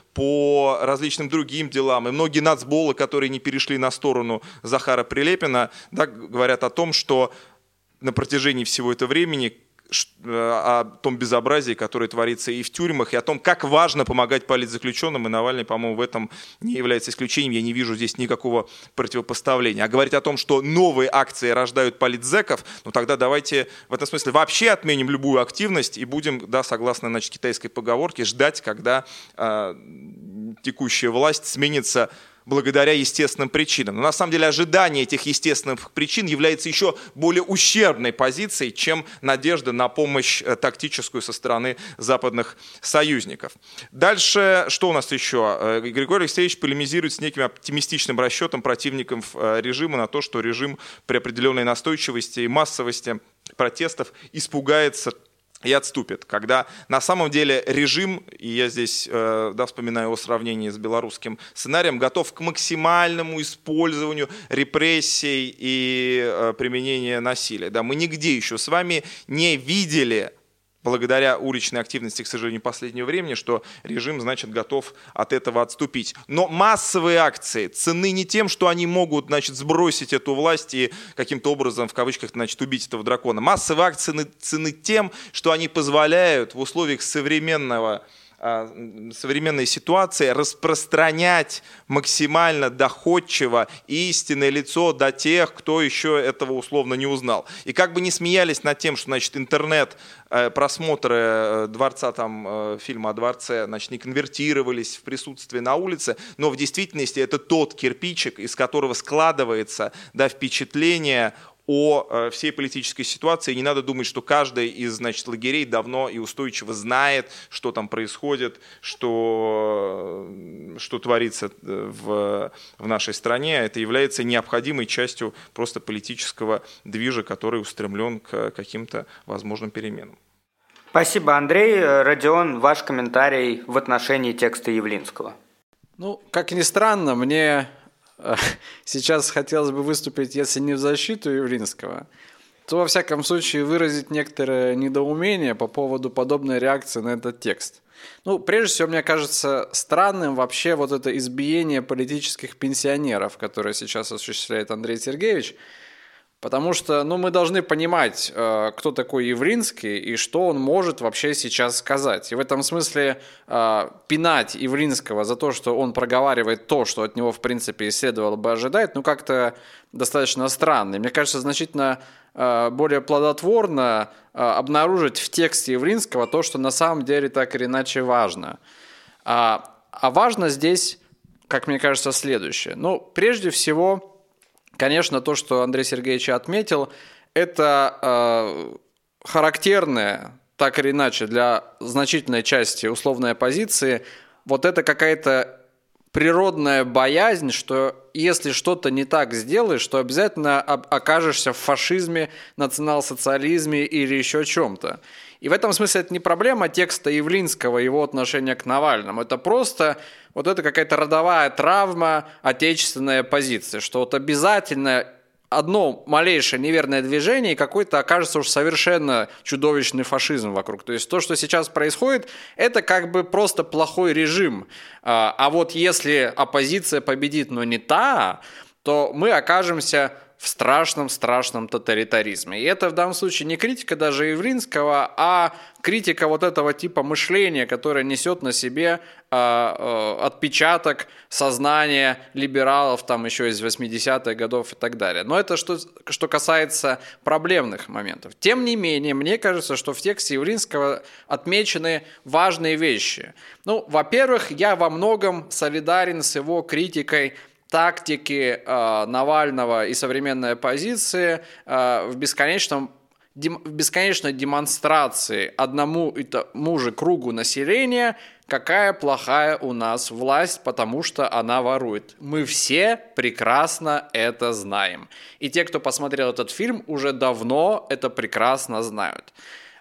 D: по различным другим делам, и многие нацболы, которые не перешли на сторону Захара Прилепина, да, говорят о том, что на протяжении всего этого времени о том безобразии, которое творится и в тюрьмах, и о том, как важно помогать политзаключенным, и Навальный, по-моему, в этом не является исключением, я не вижу здесь никакого противопоставления. А говорить о том, что новые акции рождают политзеков, ну тогда давайте в этом смысле вообще отменим любую активность и будем, да, согласно, значит, китайской поговорке, ждать, когда текущая власть сменится благодаря естественным причинам. Но на самом деле ожидание этих естественных причин является еще более ущербной позицией, чем надежда на помощь тактическую со стороны западных союзников. Дальше, что у нас еще? Григорий Алексеевич полемизирует с неким оптимистичным расчетом противников режима на то, что режим при определенной настойчивости и массовости протестов испугается и отступит, когда на самом деле режим, и я здесь вспоминаю о сравнении с белорусским сценарием, готов к максимальному использованию репрессий и применения насилия. Да, мы нигде еще с вами не видели, благодаря уличной активности, к сожалению, последнего времени, что режим, значит, готов от этого отступить. Но массовые акции ценны не тем, что они могут, значит, сбросить эту власть и каким-то образом, в кавычках, значит, убить этого дракона. Массовые акции ценны тем, что они позволяют в условиях современного современной ситуации распространять максимально доходчиво истинное лицо до тех, кто еще этого условно не узнал. И как бы не смеялись над тем, что, значит, интернет, просмотры дворца, там, фильма о дворце, значит, не конвертировались в присутствие на улице, но в действительности это тот кирпичик, из которого складывается, да, впечатление о всей политической ситуации. И не надо думать, что каждый из, значит, лагерей давно и устойчиво знает, что там происходит, что творится в нашей стране. Это является необходимой частью просто политического движа, который устремлен к каким-то возможным переменам.
A: Спасибо, Андрей. Родион, ваш комментарий в отношении текста Явлинского.
C: Ну, как ни странно, мне сейчас хотелось бы выступить, если не в защиту Явлинского, то во всяком случае выразить некоторое недоумение по поводу подобной реакции на этот текст. Ну, прежде всего, мне кажется странным вообще вот это избиение политических пенсионеров, которое сейчас осуществляет Андрей Сергеевич, потому что, ну, мы должны понимать, кто такой Явлинский и что он может вообще сейчас сказать. И в этом смысле пинать Явлинского за то, что он проговаривает то, что от него, в принципе, и следовало бы ожидать, ну, как-то достаточно странно. И мне кажется, значительно более плодотворно обнаружить в тексте Явлинского то, что на самом деле так или иначе важно. А важно здесь, как мне кажется, следующее. Ну, прежде всего, конечно, то, что Андрей Сергеевич отметил, это характерное, так или иначе, для значительной части условной оппозиции, вот это какая-то природная боязнь, что если что-то не так сделаешь, то обязательно окажешься в фашизме, национал-социализме или еще чем-то. И в этом смысле это не проблема текста Явлинского и его отношения к Навальному. Это просто вот это какая-то родовая травма отечественной оппозиции, что вот обязательно одно малейшее неверное движение, и какой-то окажется уж совершенно чудовищный фашизм вокруг. То есть то, что сейчас происходит, это как бы просто плохой режим. А вот если оппозиция победит, но не та, то мы окажемся в страшном тоталитаризме. И это в данном случае не критика даже Явлинского, а критика вот этого типа мышления, которое несет на себе отпечаток сознания либералов там еще из 80-х годов и так далее. Но это что касается проблемных моментов. Тем не менее, мне кажется, что в тексте Явлинского отмечены важные вещи. Ну, во-первых, я во многом солидарен с его критикой тактики Навального и современной оппозиции в бесконечной демонстрации одному и тому же кругу населения, какая плохая у нас власть, потому что она ворует. Мы все прекрасно это знаем. И те, кто посмотрел этот фильм, уже давно это прекрасно знают.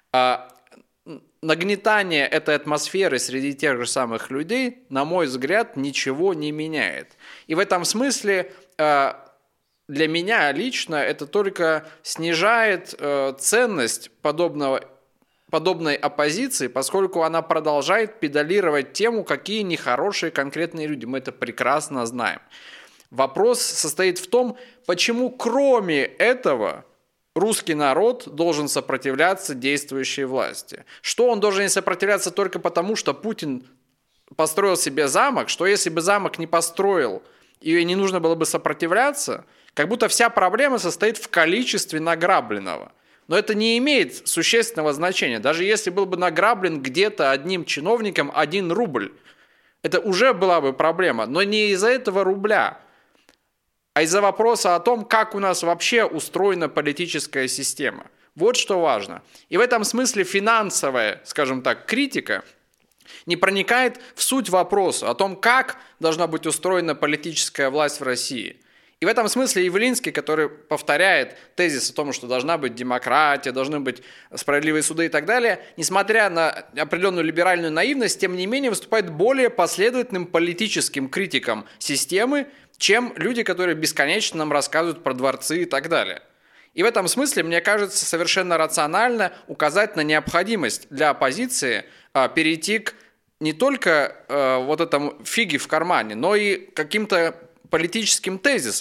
C: Нагнетание этой атмосферы среди тех же самых людей, на мой взгляд, ничего не меняет. И в этом смысле для меня лично это только снижает ценность подобной оппозиции, поскольку она продолжает педалировать тему, какие нехорошие конкретные люди. Мы это прекрасно знаем. Вопрос состоит в том, почему кроме этого русский народ должен сопротивляться действующей власти. Что он должен сопротивляться только потому, что Путин построил себе замок, что если бы замок не построил и не нужно было бы сопротивляться, как будто вся проблема состоит в количестве награбленного. Но это не имеет существенного значения. Даже если был бы награблен где-то одним чиновником 1 рубль, это уже была бы проблема, но не из-за этого рубля, а из-за вопроса о том, как у нас вообще устроена политическая система. Вот что важно. И в этом смысле финансовая, скажем так, критика не проникает в суть вопроса о том, как должна быть устроена политическая власть в России. И в этом смысле Явлинский, который повторяет тезис о том, что должна быть демократия, должны быть справедливые суды и так далее, несмотря на определенную либеральную наивность, тем не менее выступает более последовательным политическим критиком системы, чем люди, которые бесконечно нам рассказывают про дворцы и так далее. И в этом смысле, мне кажется, совершенно рационально указать на необходимость для оппозиции перейти к не только вот этому фиги в кармане, но и каким-то политическим тезисам.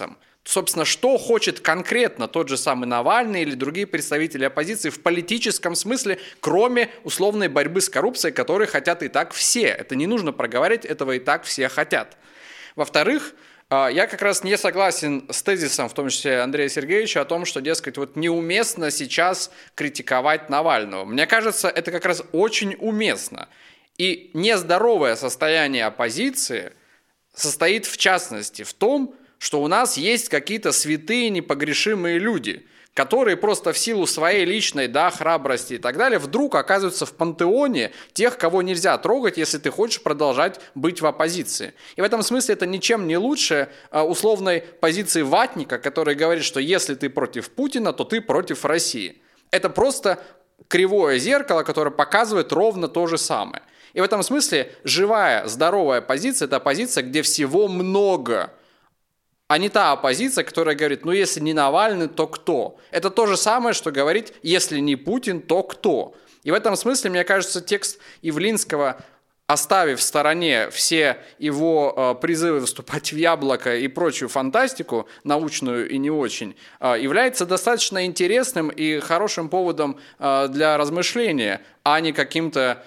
C: собственно, что хочет конкретно тот же самый Навальный или другие представители оппозиции в политическом смысле, кроме условной борьбы с коррупцией, которой хотят и так все. Это не нужно проговаривать, этого и так все хотят. Во-вторых, я как раз не согласен с тезисом, в том числе Андрея Сергеевича, о том, что, дескать, вот неуместно сейчас критиковать Навального. Мне кажется, это как раз очень уместно. И нездоровое состояние оппозиции состоит, в частности, в том, что у нас есть какие-то святые, непогрешимые люди, которые просто в силу своей личной, храбрости и так далее, вдруг оказываются в пантеоне тех, кого нельзя трогать, если ты хочешь продолжать быть в оппозиции. И в этом смысле это ничем не лучше условной позиции ватника, который говорит, что если ты против Путина, то ты против России. Это просто кривое зеркало, которое показывает ровно то же самое. И в этом смысле живая, здоровая оппозиция – это оппозиция, где всего много, а не та оппозиция, которая говорит, если не Навальный, то кто? Это то же самое, что говорить, если не Путин, то кто? И в этом смысле, мне кажется, текст Явлинского, оставив в стороне все его призывы выступать в яблоко и прочую фантастику, научную и не очень, является достаточно интересным и хорошим поводом для размышления, а не каким-то,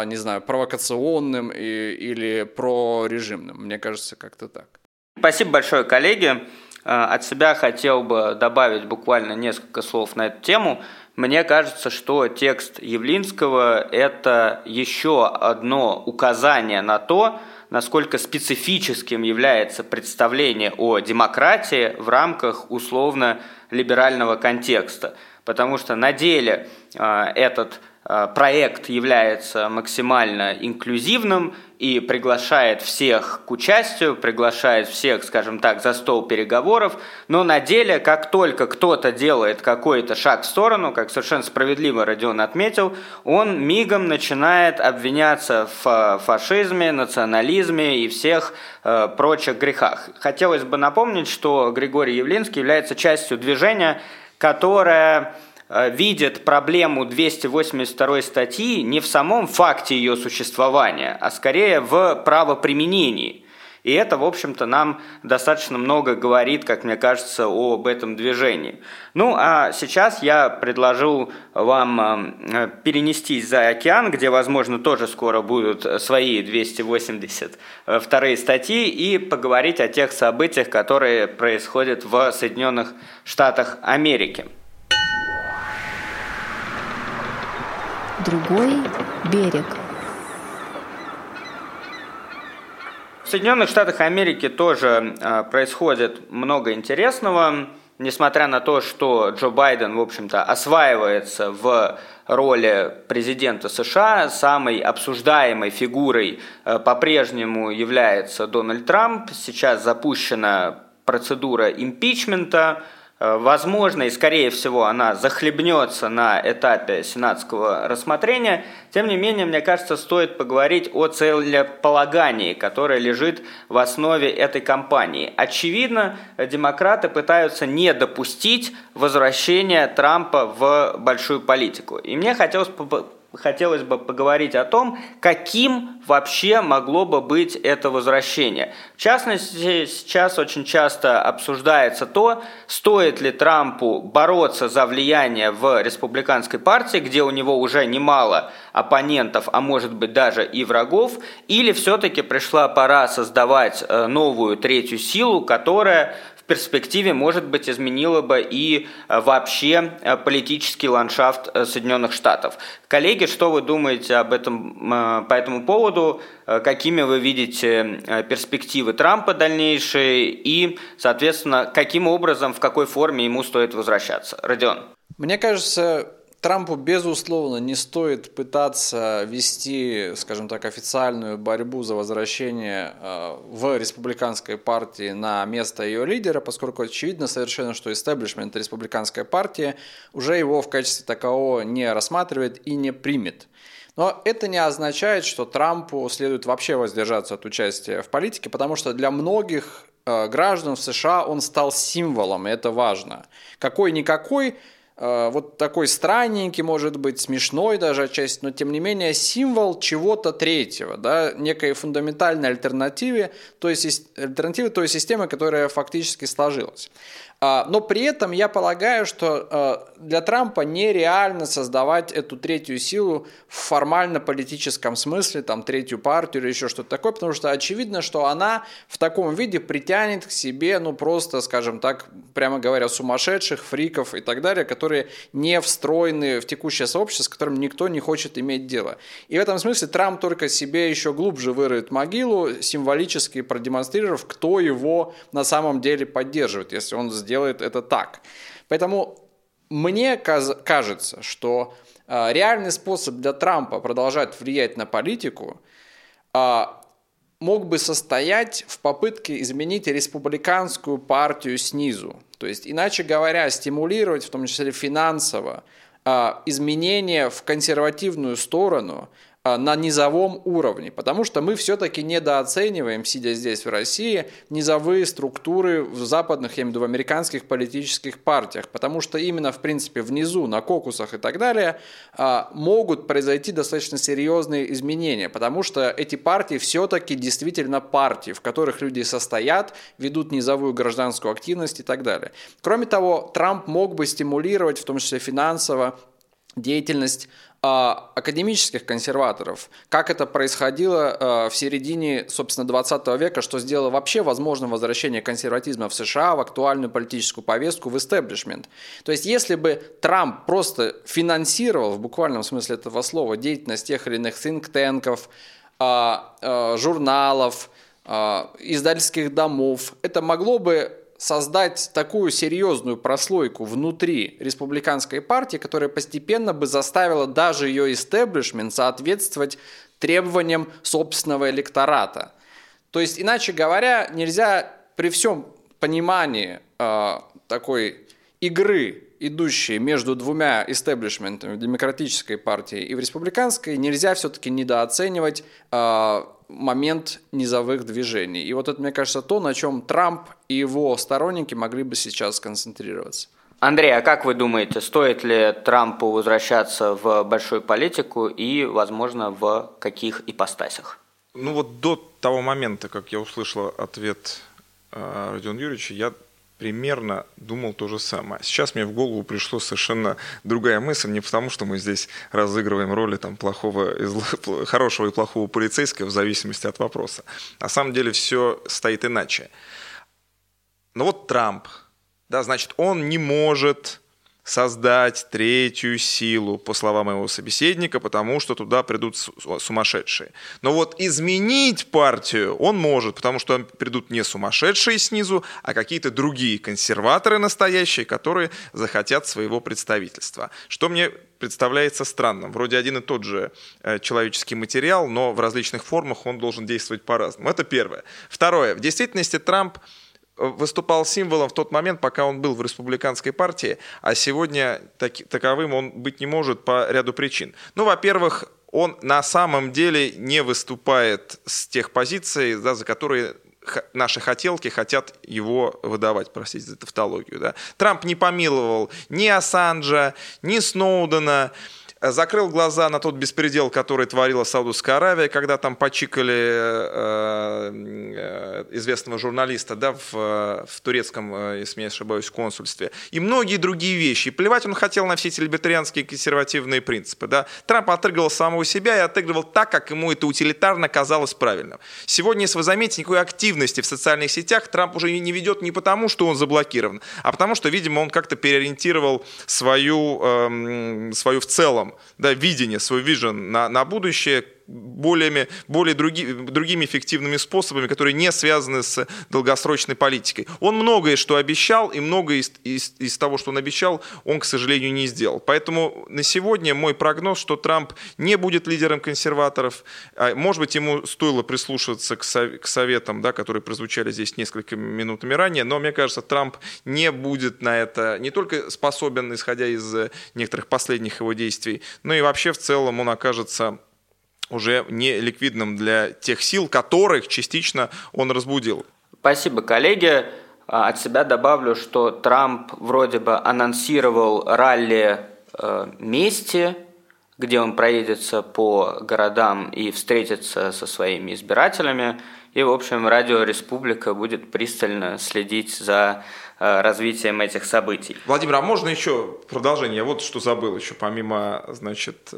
C: провокационным или прорежимным. Мне кажется, как-то так.
A: Спасибо большое, коллеги. От себя хотел бы добавить буквально несколько слов на эту тему. Мне кажется, что текст Явлинского – это еще одно указание на то, насколько специфическим является представление о демократии в рамках условно-либерального контекста. Потому что на деле этот проект является максимально инклюзивным и приглашает всех к участию, приглашает всех, скажем так, за стол переговоров, но на деле, как только кто-то делает какой-то шаг в сторону, как совершенно справедливо Родион отметил, он мигом начинает обвиняться в фашизме, национализме и всех прочих грехах. Хотелось бы напомнить, что Григорий Явлинский является частью движения, которое видит проблему 282 статьи не в самом факте ее существования, а скорее в правоприменении. И это, в общем-то, нам достаточно много говорит, как мне кажется, об этом движении. А сейчас я предложил вам перенестись за океан, где, возможно, тоже скоро будут свои 282 статьи, и поговорить о тех событиях, которые происходят в Соединенных Штатах Америки.
B: Другой берег.
A: В Соединенных Штатах Америки тоже происходит много интересного, несмотря на то, что Джо Байден, в общем-то, осваивается в роли президента США, самой обсуждаемой фигурой по-прежнему является Дональд Трамп. Сейчас запущена процедура импичмента. Возможно, и скорее всего она захлебнется на этапе сенатского рассмотрения. Тем не менее, мне кажется, стоит поговорить о целеполагании, которое лежит в основе этой кампании. Очевидно, демократы пытаются не допустить возвращения Трампа в большую политику. И мне хотелось бы поговорить о том, каким вообще могло бы быть это возвращение. В частности, сейчас очень часто обсуждается то, стоит ли Трампу бороться за влияние в республиканской партии, где у него уже немало оппонентов, а может быть даже и врагов, или все-таки пришла пора создавать новую третью силу, которая в перспективе, может быть, изменила бы и вообще политический ландшафт Соединенных Штатов. Коллеги, что вы думаете об этом, по этому поводу? Какими вы видите перспективы Трампа дальнейшие и, соответственно, каким образом, в какой форме ему стоит возвращаться? Родион.
C: Мне кажется, Трампу, безусловно, не стоит пытаться вести, скажем так, официальную борьбу за возвращение в республиканской партии на место ее лидера, поскольку очевидно совершенно, что истеблишмент республиканской партии уже его в качестве такового не рассматривает и не примет. Но это не означает, что Трампу следует вообще воздержаться от участия в политике, потому что для многих граждан в США он стал символом, и это важно. Какой-никакой, вот такой странненький, может быть, смешной даже отчасти, но тем не менее символ чего-то третьего, да, некой фундаментальной альтернативы той системы, которая фактически сложилась. Но при этом я полагаю, что для Трампа нереально создавать эту третью силу в формально-политическом смысле, там, третью партию или еще что-то такое, потому что очевидно, что она в таком виде притянет к себе, ну, просто, скажем так, прямо говоря, сумасшедших, фриков и так далее, которые не встроены в текущее сообщество, с которым никто не хочет иметь дело. И в этом смысле Трамп только себе еще глубже вырыет могилу, символически продемонстрировав, кто его на самом деле поддерживает, если он сделает это так. Поэтому мне кажется, что реальный способ для Трампа продолжать влиять на политику мог бы состоять в попытке изменить республиканскую партию снизу. То есть, иначе говоря, стимулировать, в том числе финансово, изменения в консервативную сторону на низовом уровне, потому что мы все-таки недооцениваем, сидя здесь в России, низовые структуры в западных, я имею в виду в американских политических партиях, потому что именно, в принципе, внизу, на кокусах и так далее, могут произойти достаточно серьезные изменения, потому что эти партии все-таки действительно партии, в которых люди состоят, ведут низовую гражданскую активность и так далее. Кроме того, Трамп мог бы стимулировать, в том числе финансово, деятельность академических консерваторов, как это происходило в середине, собственно, 20 века, что сделало вообще возможным возвращение консерватизма в США в актуальную политическую повестку, в истеблишмент. То есть, если бы Трамп просто финансировал, в буквальном смысле этого слова, деятельность тех или иных think-танков, журналов, издательских домов, это могло бы создать такую серьезную прослойку внутри республиканской партии, которая постепенно бы заставила даже ее истеблишмент соответствовать требованиям собственного электората. То есть, иначе говоря, нельзя при всем понимании такой игры, идущей между двумя истеблишментами, в демократической партии и в республиканской, нельзя все-таки недооценивать момент низовых движений. И вот это, мне кажется, то, на чем Трамп и его сторонники могли бы сейчас сконцентрироваться.
A: Андрей, а как вы думаете, стоит ли Трампу возвращаться в большую политику и, возможно, в каких ипостасях?
D: Ну вот до того момента, как я услышал ответ Родиона Юрьевича, я примерно думал то же самое. Сейчас мне в голову пришла совершенно другая мысль, не потому, что мы здесь разыгрываем роли там, хорошего и плохого полицейского в зависимости от вопроса. На самом деле все стоит иначе. Но вот Трамп, да, значит, он не может создать третью силу, по словам моего собеседника, потому что туда придут сумасшедшие. Но вот изменить партию он может, потому что придут не сумасшедшие снизу, а какие-то другие консерваторы настоящие, которые захотят своего представительства. Что мне представляется странным. Вроде один и тот же человеческий материал, но в различных формах он должен действовать по-разному. Это первое. Второе. В действительности Трамп выступал символом в тот момент, пока он был в республиканской партии, а сегодня таковым он быть не может по ряду причин. Ну, во-первых, он на самом деле не выступает с тех позиций, да, за которые наши хотелки хотят его выдавать, простите за тавтологию. Да. Трамп не помиловал ни Ассанжа, ни Сноудена, закрыл глаза на тот беспредел, который творила Саудовская Аравия, когда там почикали известного журналиста, да, в турецком, если не ошибаюсь, консульстве. И многие другие вещи. И плевать он хотел на все эти либертарианские консервативные принципы. Да. Трамп отыгрывал самого себя и отыгрывал так, как ему это утилитарно казалось правильным. Сегодня, если вы заметите, никакой активности в социальных сетях Трамп уже не ведет не потому, что он заблокирован, а потому, что, видимо, он как-то переориентировал свою в целом, да, видение, свой вижен на будущее более другими эффективными способами, которые не связаны с долгосрочной политикой. Он многое что обещал, и многое из того, что он обещал, он, к сожалению, не сделал. Поэтому на сегодня мой прогноз, что Трамп не будет лидером консерваторов. Может быть, ему стоило прислушиваться к советам, да, которые прозвучали здесь несколькими минутами ранее, но мне кажется, Трамп не будет на это не только способен, исходя из некоторых последних его действий, но и вообще в целом он окажется уже не ликвидным для тех сил, которых частично он разбудил.
A: Спасибо, коллеги. От себя добавлю, что Трамп вроде бы анонсировал ралли мести, где он проедется по городам и встретится со своими избирателями. И, в общем, Радио Республика будет пристально следить за развитием этих событий.
D: Владимир, а можно еще продолжение? Я вот что забыл еще, помимо, значит,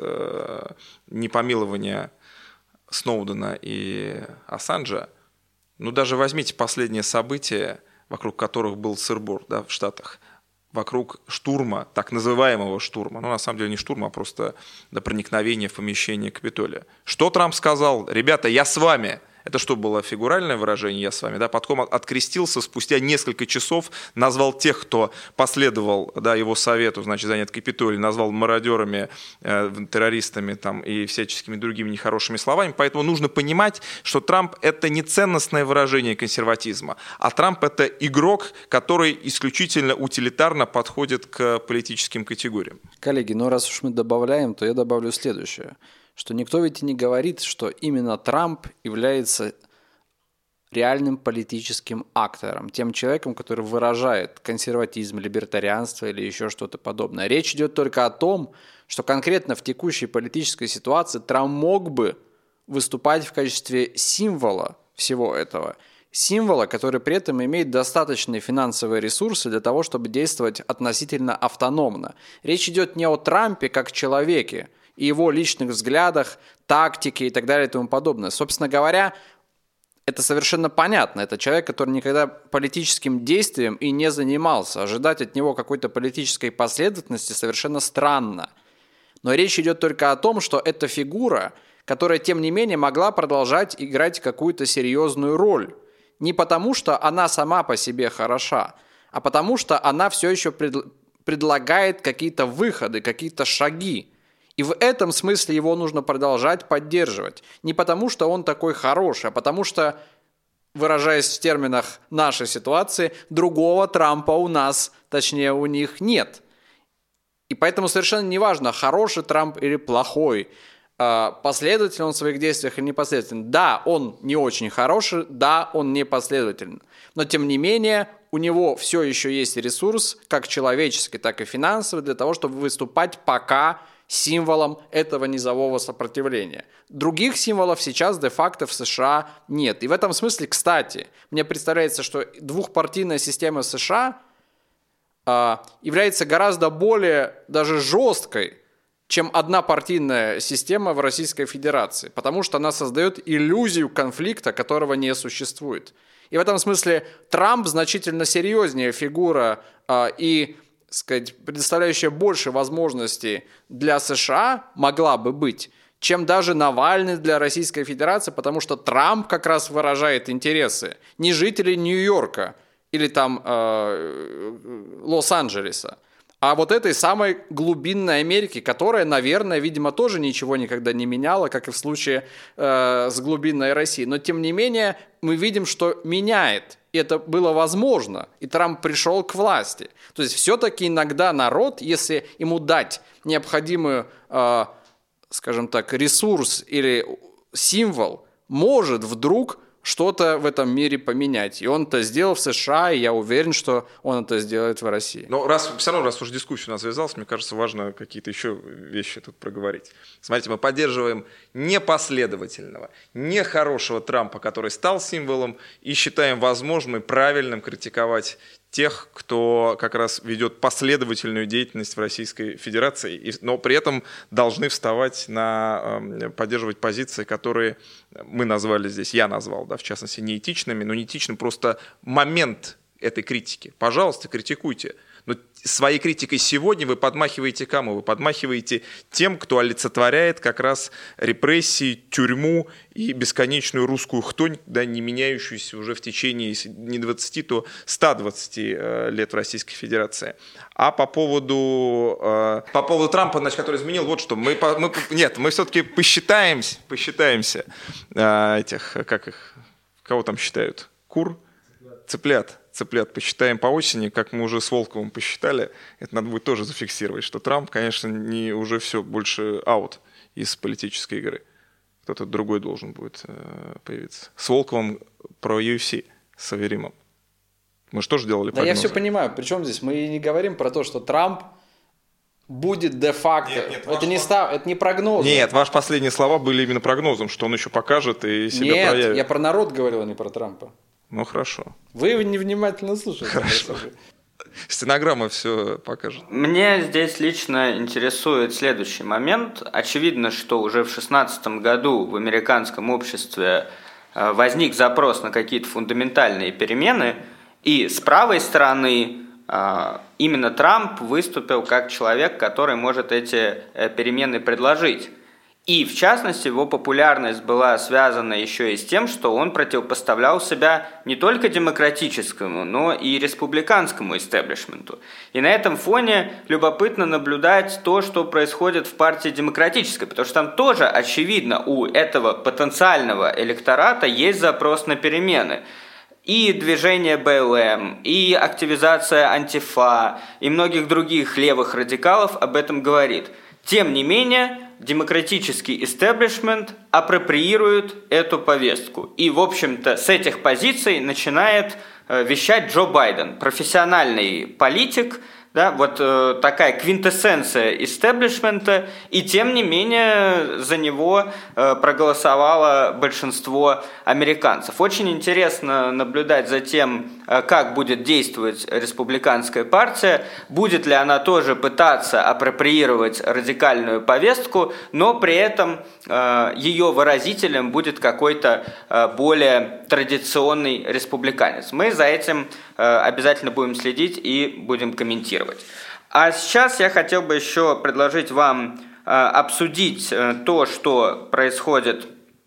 D: непомилования Сноудена и Ассанжа, ну даже возьмите последние события, вокруг которых был сыр-бор, да, в Штатах, вокруг штурма, так называемого штурма, ну на самом деле не штурма, а просто до проникновения в помещение Капитолия. Что Трамп сказал? Ребята, я с вами. Это что было, фигуральное выражение «я с вами», да? Потом открестился, спустя несколько часов назвал тех, кто последовал, да, его совету, значит, занять Капитолий, назвал мародерами, террористами там, и всяческими другими нехорошими словами. Поэтому нужно понимать, что Трамп – это не ценностное выражение консерватизма, а Трамп – это игрок, который исключительно утилитарно подходит к политическим категориям.
C: Коллеги, ну раз уж мы добавляем, то я добавлю следующее. Что никто ведь и не говорит, что именно Трамп является реальным политическим актором, тем человеком, который выражает консерватизм, либертарианство или еще что-то подобное. Речь идет только о том, что конкретно в текущей политической ситуации Трамп мог бы выступать в качестве символа всего этого. Символа, который при этом имеет достаточные финансовые ресурсы для того, чтобы действовать относительно автономно. Речь идет не о Трампе как человеке, и его личных взглядах, тактике и так далее и тому подобное. Собственно говоря, это совершенно понятно. Это человек, который никогда политическим действием и не занимался. Ожидать от него какой-то политической последовательности совершенно странно. Но речь идет только о том, что это фигура, которая, тем не менее, могла продолжать играть какую-то серьезную роль. Не потому, что она сама по себе хороша, а потому, что она все еще предлагает какие-то выходы, какие-то шаги. И в этом смысле его нужно продолжать поддерживать. Не потому, что он такой хороший, а потому что, выражаясь в терминах нашей ситуации, другого Трампа у нас, точнее у них нет. И поэтому совершенно не важно, хороший Трамп или плохой, последователен он в своих действиях или непоследователен. Да, он не очень хороший, да, он не последователен. Но тем не менее, у него все еще есть ресурс, как человеческий, так и финансовый, для того, чтобы выступать пока символом этого низового сопротивления. Других символов сейчас де-факто в США нет. И в этом смысле, кстати, мне представляется, что двухпартийная система США является гораздо более даже жесткой, чем однопартийная система в Российской Федерации, потому что она создает иллюзию конфликта, которого не существует. И в этом смысле Трамп значительно серьезнее фигура и, сказать, предоставляющая больше возможностей для США могла бы быть, чем даже Навальный для Российской Федерации, потому что Трамп как раз выражает интересы не жителей Нью-Йорка или там Лос-Анджелеса, а вот этой самой глубинной Америки, которая, наверное, видимо, тоже ничего никогда не меняла, как и в случае с глубинной Россией. Но, тем не менее, мы видим, что меняет. И это было возможно. И Трамп пришел к власти. То есть, все-таки иногда народ, если ему дать необходимый, скажем так, ресурс или символ, может вдруг что-то в этом мире поменять. И он это сделал в США, и я уверен, что он это сделает в России.
D: Но все равно, раз уж дискуссия у нас завязалась, мне кажется, важно какие-то еще вещи тут проговорить. Смотрите, мы поддерживаем непоследовательного, нехорошего Трампа, который стал символом, и считаем возможным и правильным критиковать тех, кто как раз ведет последовательную деятельность в Российской Федерации, но при этом должны вставать поддерживать позиции, которые мы назвали здесь, я назвал, да, в частности, неэтичными, но неэтичным просто момент этой критики. Пожалуйста, критикуйте. Но своей критикой сегодня вы подмахиваете кому? Вы подмахиваете тем, кто олицетворяет как раз репрессии, тюрьму и бесконечную русскую хтонь, да, не меняющуюся уже в течение не 20, то 120 лет в Российской Федерации. А по поводу Трампа, значит, который изменил, вот что. Мы все-таки посчитаемся этих, кого там считают? Кур? Цыплят посчитаем по осени, как мы уже с Волковым посчитали. Это надо будет тоже зафиксировать, что Трамп, конечно, не уже все больше аут из политической игры. Кто-то другой должен будет появиться. С Волковым про UFC, с Аверимом. Мы же тоже делали
C: прогнозы. Да, я все понимаю. Причем здесь мы не говорим про то, что Трамп будет де-факто. Это не прогноз.
D: Нет, ваши последние слова были именно прогнозом, что он еще покажет и себя проявит.
C: Нет, я про народ говорил, а не про Трампа.
D: Ну, хорошо.
C: Вы невнимательно слушаете.
D: Хорошо. Стенограмма все покажет.
A: Мне здесь лично интересует следующий момент. Очевидно, что уже в 2016 году в американском обществе возник запрос на какие-то фундаментальные перемены, и с правой стороны именно Трамп выступил как человек, который может эти перемены предложить. И, в частности, его популярность была связана еще и с тем, что он противопоставлял себя не только демократическому, но и республиканскому истеблишменту. И на этом фоне любопытно наблюдать то, что происходит в партии демократической, потому что там тоже, очевидно, у этого потенциального электората есть запрос на перемены. И движение БЛМ, и активизация антифа, и многих других левых радикалов об этом говорит. Тем не менее, демократический истеблишмент апроприирует эту повестку. И, в общем-то, с этих позиций начинает вещать Джо Байден, профессиональный политик, да, вот такая квинтэссенция истеблишмента, и тем не менее за него проголосовало большинство американцев. Очень интересно наблюдать за тем, как будет действовать республиканская партия, будет ли она тоже пытаться апроприировать радикальную повестку, но при этом ее выразителем будет какой-то более традиционный республиканец. Мы за этим обязательно будем следить и будем комментировать. А сейчас я хотел бы еще предложить вам обсудить то, что происходит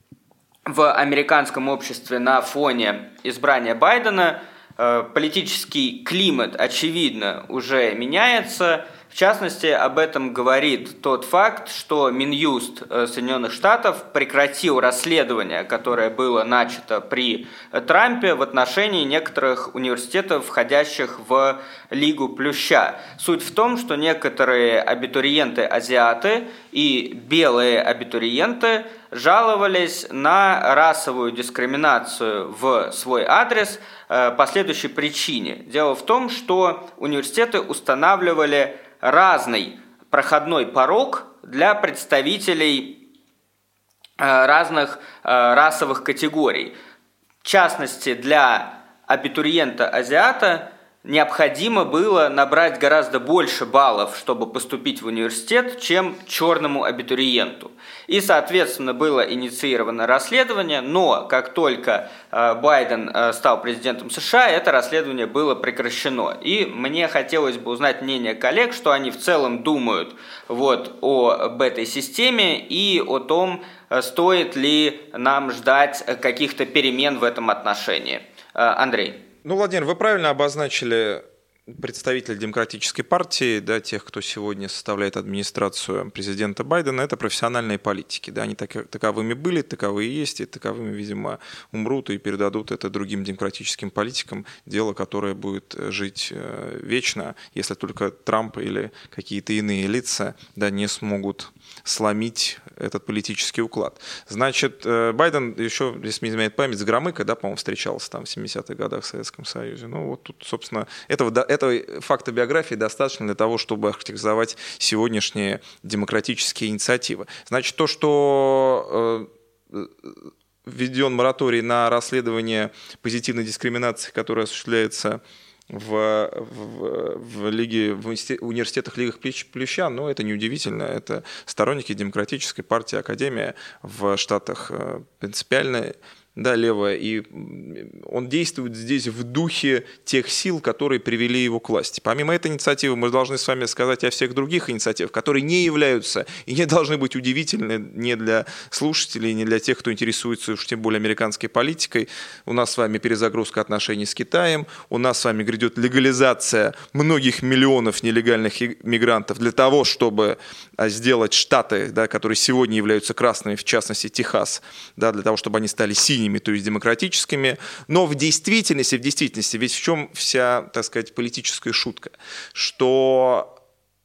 A: в американском обществе на фоне избрания Байдена. Политический климат, очевидно, уже меняется. В частности, об этом говорит тот факт, что Минюст Соединенных Штатов прекратил расследование, которое было начато при Трампе в отношении некоторых университетов, входящих в Лигу Плюща. Суть в том, что некоторые абитуриенты-азиаты и белые абитуриенты жаловались на расовую дискриминацию в свой адрес по следующей причине. Дело в том, что университеты устанавливали разный проходной порог для представителей разных расовых категорий. В частности, для абитуриента-азиата необходимо было набрать гораздо больше баллов, чтобы поступить в университет, чем черному абитуриенту. И, соответственно, было инициировано расследование, но как только Байден стал президентом США, это расследование было прекращено. И мне хотелось бы узнать мнение коллег, что они в целом думают об этой системе и о том, стоит ли нам ждать каких-то перемен в этом отношении. Андрей.
D: Ну, Владимир, вы правильно обозначили представителей Демократической партии, да, тех, кто сегодня составляет администрацию президента Байдена, это профессиональные политики. Да, они таковыми были, таковые есть, и таковыми, видимо, умрут и передадут это другим демократическим политикам, дело, которое будет жить вечно, если только Трамп или какие-то иные лица, да, не смогут сломить этот политический уклад. Значит, Байден еще, если не изменяет память, с Громыко, да, по-моему, встречался там в 70-х годах в Советском Союзе. Ну, вот тут, собственно, этого факта биографии достаточно для того, чтобы охарактеризовать сегодняшние демократические инициативы. Значит, то, что введен мораторий на расследование позитивной дискриминации, которая осуществляется в университетах Лигах Плюща, но это неудивительно. Это сторонники Демократической партии, Академия в Штатах принципиально, да, левая, и он действует здесь в духе тех сил, которые привели его к власти. Помимо этой инициативы мы должны с вами сказать о всех других инициативах, которые не являются и не должны быть удивительны ни для слушателей, ни для тех, кто интересуется уж тем более американской политикой. У нас с вами перезагрузка отношений с Китаем, у нас с вами грядет легализация многих миллионов нелегальных мигрантов для того, чтобы сделать Штаты, да, которые сегодня являются красными, в частности Техас, да, для того, чтобы они стали синими, то есть демократическими, но в действительности, ведь в чем вся, так сказать, политическая шутка, что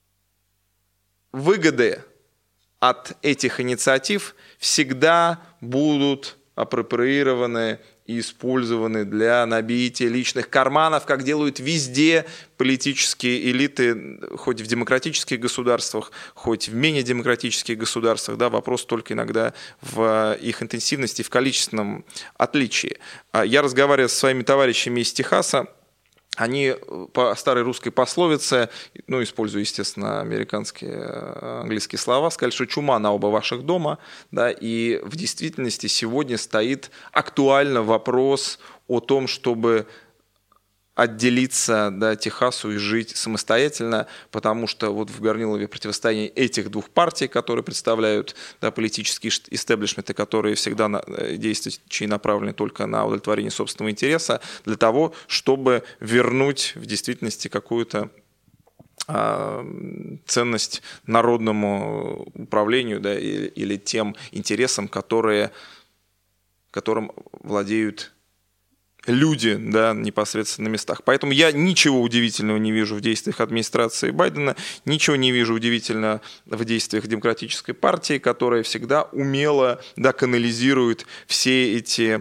D: выгоды от этих инициатив всегда будут апроприированы использованы для набития личных карманов, как делают везде политические элиты, хоть в демократических государствах, хоть в менее демократических государствах. Да, вопрос только иногда в их интенсивности, в количественном отличии. Я разговаривал со своими товарищами из Техаса. Они по старой русской пословице, используя, естественно, американские, английские слова, сказали, что чума на оба ваших дома. Да, и в действительности сегодня стоит актуально вопрос о том, чтобы отделиться, да, Техасу и жить самостоятельно, потому что вот в Горнилове противостояние этих двух партий, которые представляют, да, политические истеблишменты, которые всегда действующие направлены только на удовлетворение собственного интереса, для того, чтобы вернуть в действительности какую-то ценность народному управлению, да, или тем интересам, которым владеют люди, да, непосредственно на местах. Поэтому я ничего удивительного не вижу в действиях администрации Байдена, ничего не вижу удивительного в действиях Демократической партии, которая всегда умело, да, канализирует все эти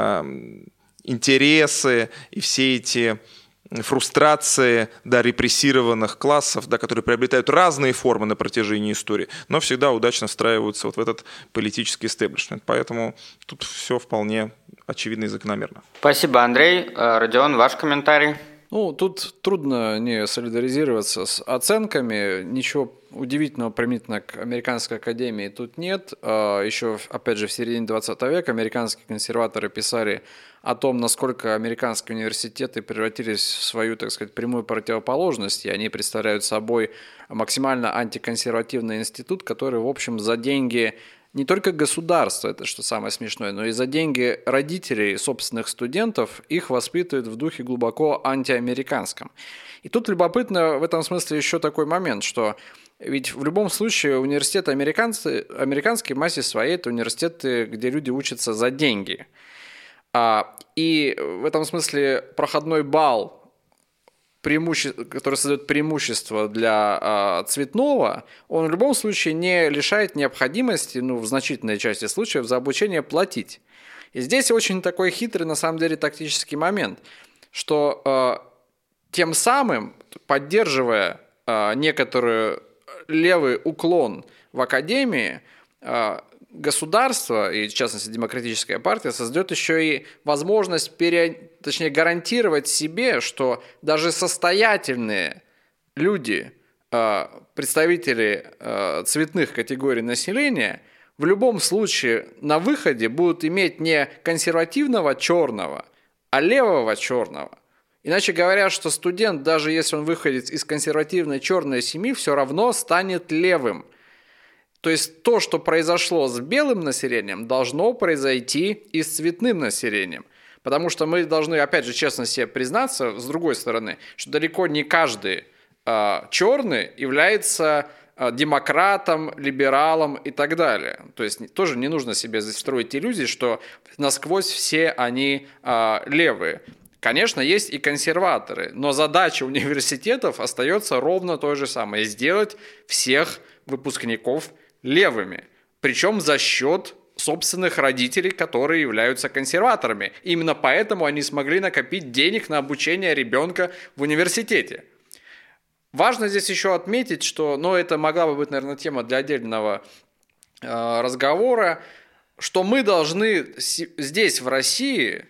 D: интересы и все эти фрустрации, да, репрессированных классов, да, которые приобретают разные формы на протяжении истории, но всегда удачно встраиваются вот в этот политический истеблишмент. Поэтому тут все вполне очевидно и закономерно.
A: Спасибо, Андрей. Родион, ваш комментарий?
C: Тут трудно не солидаризироваться с оценками. Ничего удивительного применительно к Американской академии тут нет. Еще, опять же, в середине 20 века американские консерваторы писали о том, насколько американские университеты превратились в свою, так сказать, прямую противоположность, и они представляют собой максимально антиконсервативный институт, который, в общем, за деньги не только государства, это что самое смешное, но и за деньги родителей собственных студентов их воспитывают в духе глубоко антиамериканском. И тут любопытно в этом смысле еще такой момент, что ведь в любом случае университеты американские в массе своей – это университеты, где люди учатся за деньги. И в этом смысле проходной балл, который создает преимущество для цветного, он в любом случае не лишает необходимости, в значительной части случаев, за обучение платить. И здесь очень такой хитрый, на самом деле, тактический момент, что тем самым, поддерживая некоторый левый уклон в академии, государство, и в частности Демократическая партия, создает еще и возможность, гарантировать себе, что даже состоятельные люди, представители цветных категорий населения, в любом случае на выходе будут иметь не консервативного черного, а левого черного. Иначе говоря, что студент, даже если он выходит из консервативной черной семьи, все равно станет левым. То есть то, что произошло с белым населением, должно произойти и с цветным населением. Потому что мы должны, опять же, честно себе признаться, с другой стороны, что далеко не каждый черный является демократом, либералом и так далее. То есть тоже не нужно себе строить иллюзии, что насквозь все они левые. Конечно, есть и консерваторы, но задача университетов остается ровно той же самой – сделать всех выпускников левыми, причем за счет собственных родителей, которые являются консерваторами. Именно поэтому они смогли накопить денег на обучение ребенка в университете. Важно здесь еще отметить, что, это могла бы быть, наверное, тема для отдельного разговора, что мы должны здесь, в России,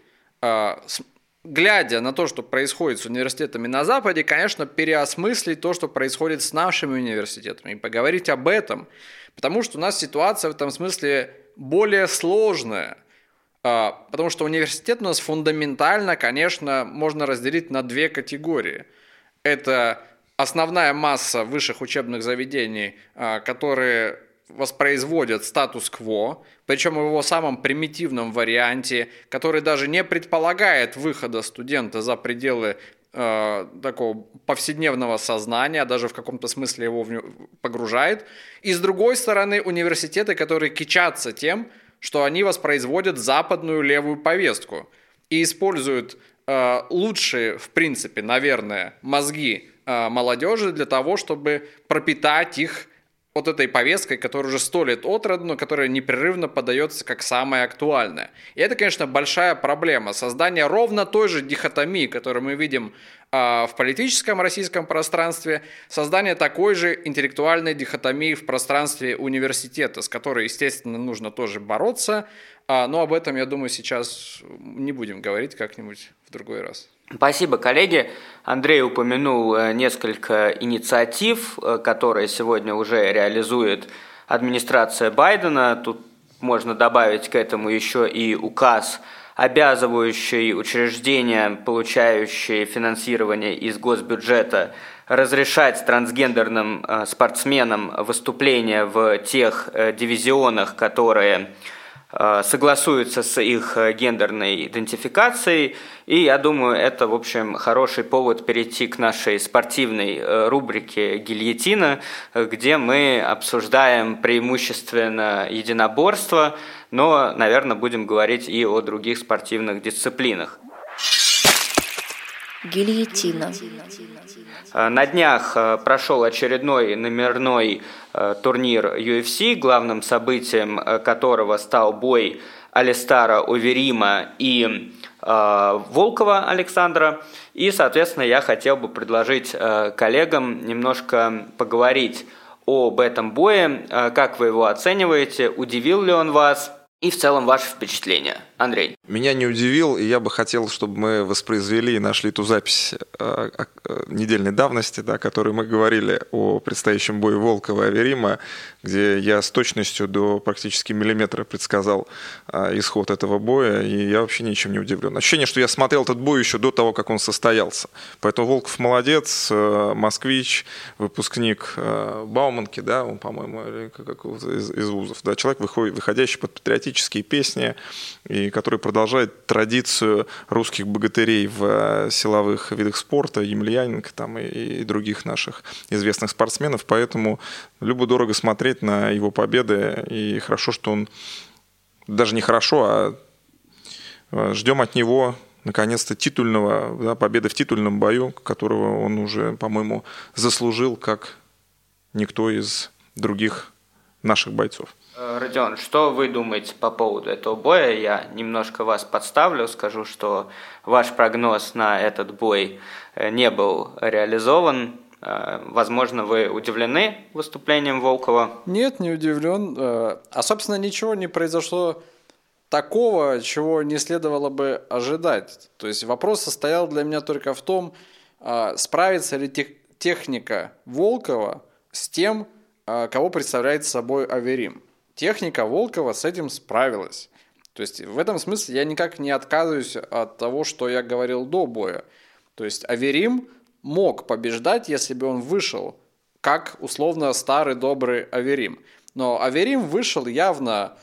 C: глядя на то, что происходит с университетами на Западе, конечно, переосмыслить то, что происходит с нашими университетами, и поговорить об этом, потому что у нас ситуация в этом смысле более сложная, потому что университет у нас фундаментально, конечно, можно разделить на две категории. Это основная масса высших учебных заведений, которые воспроизводят статус-кво, причем в его самом примитивном варианте, который даже не предполагает выхода студента за пределы такого повседневного сознания, даже в каком-то смысле его погружает. И с другой стороны, университеты, которые кичатся тем, что они воспроизводят западную левую повестку и используют лучшие, в принципе, наверное, мозги молодежи для того, чтобы пропитать их вот этой повесткой, которая уже 100 лет от роду, но которая непрерывно подается как самая актуальная. И это, конечно, большая проблема. Создание ровно той же дихотомии, которую мы видим в политическом российском пространстве, создание такой же интеллектуальной дихотомии в пространстве университета, с которой, естественно, нужно тоже бороться. Но об этом, я думаю, сейчас не будем говорить как-нибудь в другой раз.
A: Спасибо, коллеги. Андрей упомянул несколько инициатив, которые сегодня уже реализует администрация Байдена. Тут можно добавить к этому еще и указ, обязывающий учреждения, получающие финансирование из госбюджета, разрешать трансгендерным спортсменам выступления в тех дивизионах, которые согласуются с их гендерной идентификацией. И я думаю, это, в общем, хороший повод перейти к нашей спортивной рубрике «Гильотина», где мы обсуждаем преимущественно единоборство, но, наверное, будем говорить и о других спортивных дисциплинах.
B: Гильотина.
A: На днях прошел очередной номерной турнир UFC, главным событием которого стал бой Алистара Оверима и Волкова Александра. И, соответственно, я хотел бы предложить коллегам немножко поговорить об этом бое. Как вы его оцениваете? Удивил ли он вас? И в целом ваши впечатления. Андрей.
D: Меня не удивил, и я бы хотел, чтобы мы воспроизвели и нашли ту запись недельной давности, да, о которой мы говорили о предстоящем бою Волкова и Аверима, где я с точностью до практически миллиметра предсказал исход этого боя, и я вообще ничем не удивлен. Ощущение, что я смотрел этот бой еще до того, как он состоялся. Поэтому Волков молодец, москвич, выпускник Бауманки, да, он, по-моему, из вузов, да, человек, выходящий под патриотические песни, и который продолжает традицию русских богатырей в силовых видах спорта, Емельяненко там, и других наших известных спортсменов. Поэтому любо-дорого смотреть на его победы. И хорошо, что он... Даже не хорошо, а ждем от него наконец-то титульного, да, победы в титульном бою, которого он уже, по-моему, заслужил, как никто из других наших бойцов.
A: Родион, что вы думаете по поводу этого боя? Я немножко вас подставлю, скажу, что ваш прогноз на этот бой не был реализован. Возможно, вы удивлены выступлением Волкова?
C: Нет, не удивлен. А, собственно, ничего не произошло такого, чего не следовало бы ожидать. То есть вопрос состоял для меня только в том, справится ли техника Волкова с тем, кого представляет собой Аверим. Техника Волкова с этим справилась. То есть в этом смысле я никак не отказываюсь от того, что я говорил до боя. То есть Аверим мог побеждать, если бы он вышел, как условно старый добрый Аверим. Но Аверим вышел явно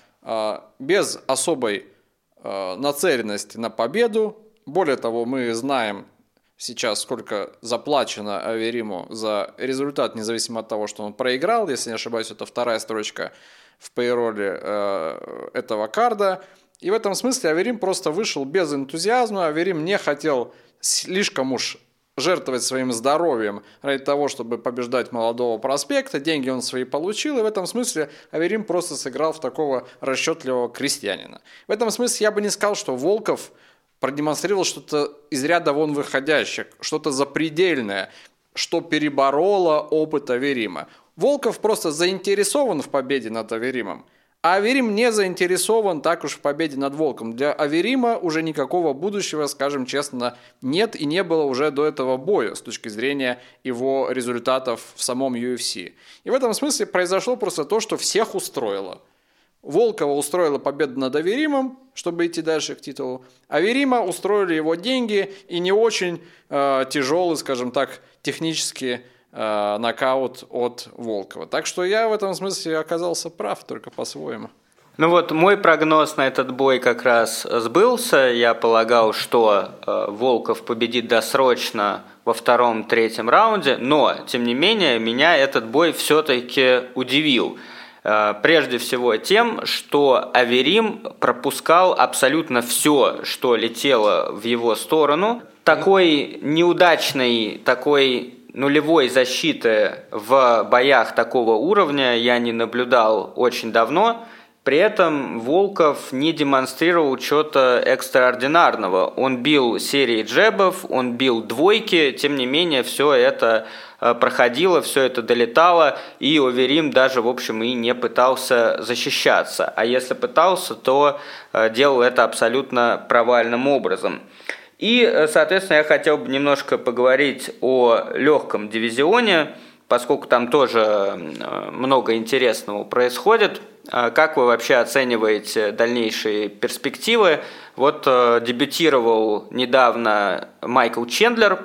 C: без особой нацеленности на победу. Более того, мы знаем сейчас, сколько заплачено Авериму за результат, независимо от того, что он проиграл. Если не ошибаюсь, это вторая строчка в пейроле этого карда. И в этом смысле Аверим просто вышел без энтузиазма. Аверим не хотел слишком уж жертвовать своим здоровьем ради того, чтобы побеждать молодого проспекта. Деньги он свои получил. И в этом смысле Аверим просто сыграл в такого расчетливого крестьянина. В этом смысле я бы не сказал, что Волков продемонстрировал что-то из ряда вон выходящее, что-то запредельное, что перебороло опыт Аверима. Волков просто заинтересован в победе над Аверимом, а Аверим не заинтересован так уж в победе над Волковым. Для Аверима уже никакого будущего, скажем честно, нет и не было уже до этого боя с точки зрения его результатов в самом UFC. И в этом смысле произошло просто то, что всех устроило. Волкова устроила победу над Аверимом, чтобы идти дальше к титулу. Аверима устроили его деньги и не очень тяжелый, скажем так, технически нокаут от Волкова. Так что я в этом смысле оказался прав, только по-своему.
A: Ну вот мой прогноз на этот бой как раз сбылся. Я полагал, что Волков победит досрочно во втором-третьем раунде, но, тем не менее, меня этот бой все-таки удивил. Прежде всего тем, что Аверим пропускал абсолютно все, что летело в его сторону. Такой неудачный, такой нулевой защиты в боях такого уровня я не наблюдал очень давно. При этом Волков не демонстрировал чего-то экстраординарного. Он бил серии джебов, он бил двойки, тем не менее все это проходило, все это долетало, и Оверим даже, в общем, и не пытался защищаться. А если пытался, то делал это абсолютно провальным образом. И, соответственно, я хотел бы немножко поговорить о легком дивизионе, поскольку там тоже много интересного происходит. Как вы вообще оцениваете дальнейшие перспективы? Вот дебютировал недавно Майкл Чендлер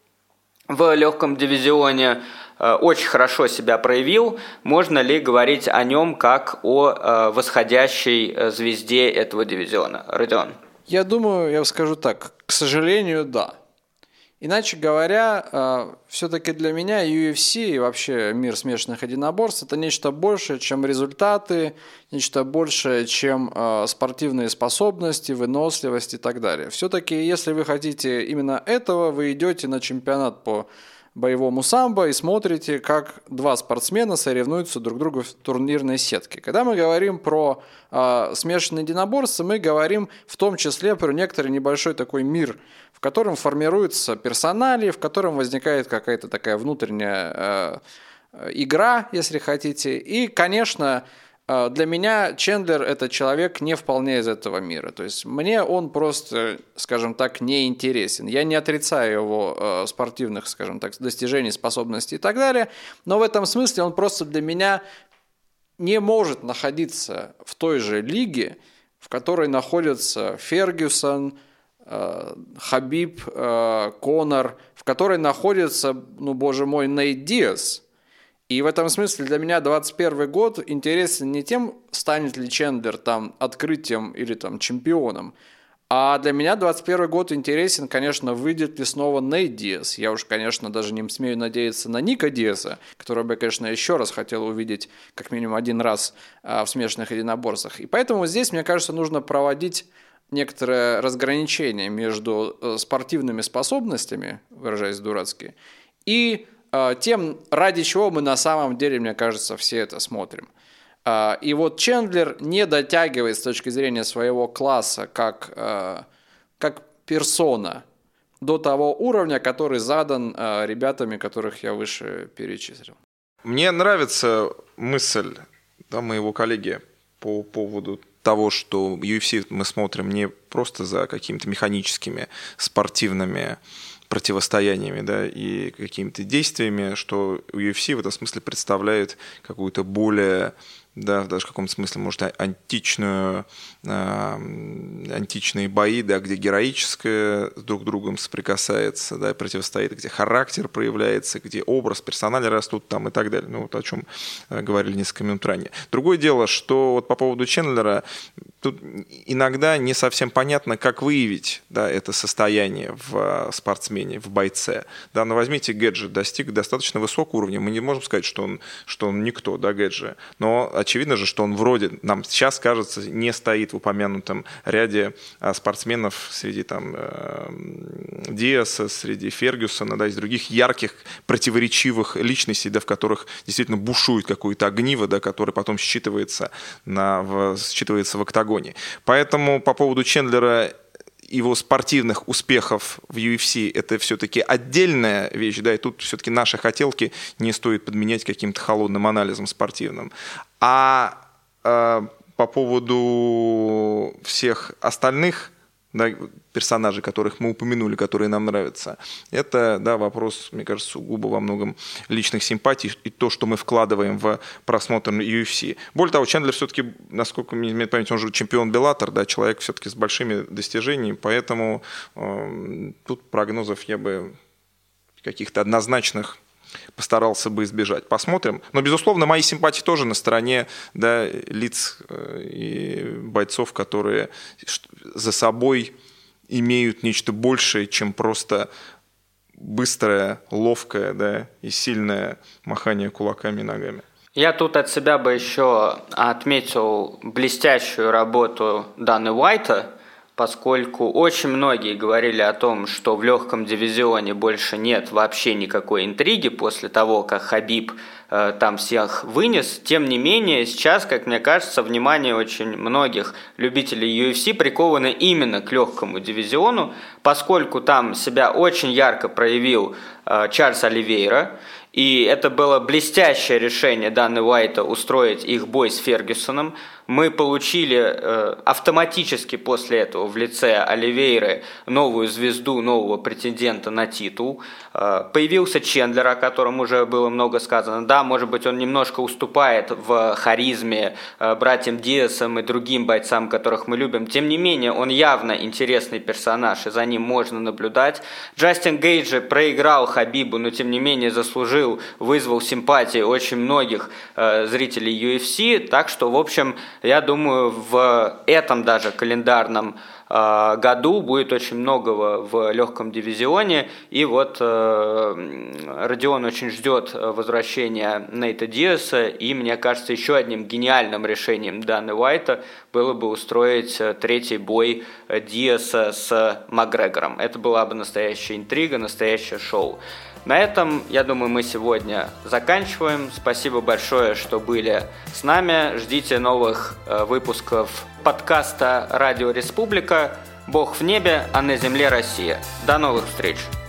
A: в легком дивизионе, очень хорошо себя проявил. Можно ли говорить о нем как о восходящей звезде этого дивизиона? Родион.
C: Я думаю, я скажу так, к сожалению, да. Иначе говоря, все-таки для меня UFC и вообще мир смешанных единоборств – это нечто большее, чем результаты, нечто большее, чем спортивные способности, выносливость и так далее. Все-таки, если вы хотите именно этого, вы идете на чемпионат по боевому самбо и смотрите, как два спортсмена соревнуются друг другу в турнирной сетке. Когда мы говорим про смешанные единоборства, мы говорим в том числе про некоторый небольшой такой мир, в котором формируются персонали, в котором возникает какая-то такая внутренняя игра, если хотите. И, конечно, для меня Чендлер – это человек не вполне из этого мира. То есть мне он просто, скажем так, не интересен. Я не отрицаю его спортивных, скажем так, достижений, способностей и так далее, но в этом смысле он просто для меня не может находиться в той же лиге, в которой находятся Фергюсон, Хабиб, Конор, в которой находится, ну, боже мой, Нейт Диас. И в этом смысле для меня 21 год интересен не тем, станет ли Чендлер там открытием или там чемпионом, а для меня 21 год интересен, конечно, выйдет ли снова Нейт Диас. Я уж, конечно, даже не смею надеяться на Ника Диаса, которого бы я, конечно, еще раз хотел увидеть как минимум один раз в смешанных единоборствах. И поэтому здесь, мне кажется, нужно проводить некоторое разграничение между спортивными способностями, выражаясь дурацки, и тем, ради чего мы на самом деле, мне кажется, все это смотрим. И вот Чендлер не дотягивает с точки зрения своего класса как персона до того уровня, который задан ребятами, которых я выше перечислил.
D: Мне нравится мысль моего коллеги по поводу того, что UFC мы смотрим не просто за какими-то механическими спортивными противостояниями, да, и какими-то действиями, что UFC в этом смысле представляет какую-то более, да, даже в каком-то смысле, может, античные бои, да, где героическое с друг другом соприкасается, да, противостоит, где характер проявляется, где образ, персонали растут там и так далее. Ну, вот о чем говорили несколько минут ранее. Другое дело, что вот по поводу Чендлера, тут иногда не совсем понятно, как выявить, да, это состояние в спортсмене, в бойце. Да, но возьмите Гэджи, достиг достаточно высокого уровня. Мы не можем сказать, что он никто, да, Гэджи. Но очевидно же, что он вроде, нам сейчас кажется, не стоит в упомянутом ряде спортсменов среди там Диаса, среди Фергюсона, да, из других ярких, противоречивых личностей, да, в которых действительно бушует какое-то огниво, да, которое потом считывается в октагоне. Поэтому по поводу Чендлера, его спортивных успехов в UFC, это все-таки отдельная вещь, да, и тут все-таки наши хотелки не стоит подменять каким-то холодным анализом спортивным. А по поводу всех остальных, да, персонажей, которых мы упомянули, которые нам нравятся, это, да, вопрос, мне кажется, сугубо во многом личных симпатий и то, что мы вкладываем в просмотр UFC. Более того, Чендлер все-таки, насколько мне имеет память, он же чемпион Беллатор, да, человек все-таки с большими достижениями, поэтому тут прогнозов я бы каких-то однозначных постарался бы избежать. Посмотрим. Но, безусловно, мои симпатии тоже на стороне, да, лиц и бойцов, которые за собой имеют нечто большее, чем просто быстрое, ловкое, да, и сильное махание кулаками и ногами.
A: Я тут от себя бы еще отметил блестящую работу Даны Уайта, поскольку очень многие говорили о том, что в легком дивизионе больше нет вообще никакой интриги после того, как Хабиб там всех вынес. Тем не менее, сейчас, как мне кажется, внимание очень многих любителей UFC приковано именно к легкому дивизиону, поскольку там себя очень ярко проявил Чарльз Оливейра. И это было блестящее решение Даны Уайта устроить их бой с Фергюсоном. Мы получили автоматически после этого в лице Оливейры новую звезду, нового претендента на титул. Появился Чендлер, о котором уже было много сказано. Да, может быть, он немножко уступает в харизме братьям Диасам и другим бойцам, которых мы любим. Тем не менее, он явно интересный персонаж, и за ним можно наблюдать. Джастин Гейджи проиграл Хабибу, но тем не менее заслужил, вызвал симпатии очень многих зрителей UFC. Так что, в общем, я думаю, в этом даже календарном году будет очень многого в легком дивизионе. И вот Родион очень ждет возвращения Нейта Диаса. И мне кажется, еще одним гениальным решением Даны Уайта было бы устроить третий бой Диаса с Макгрегором. Это была бы настоящая интрига, настоящее шоу. На этом, я думаю, мы сегодня заканчиваем. Спасибо большое, что были с нами. Ждите новых выпусков подкаста «Радио Республика». Бог в небе, а на земле Россия. До новых встреч!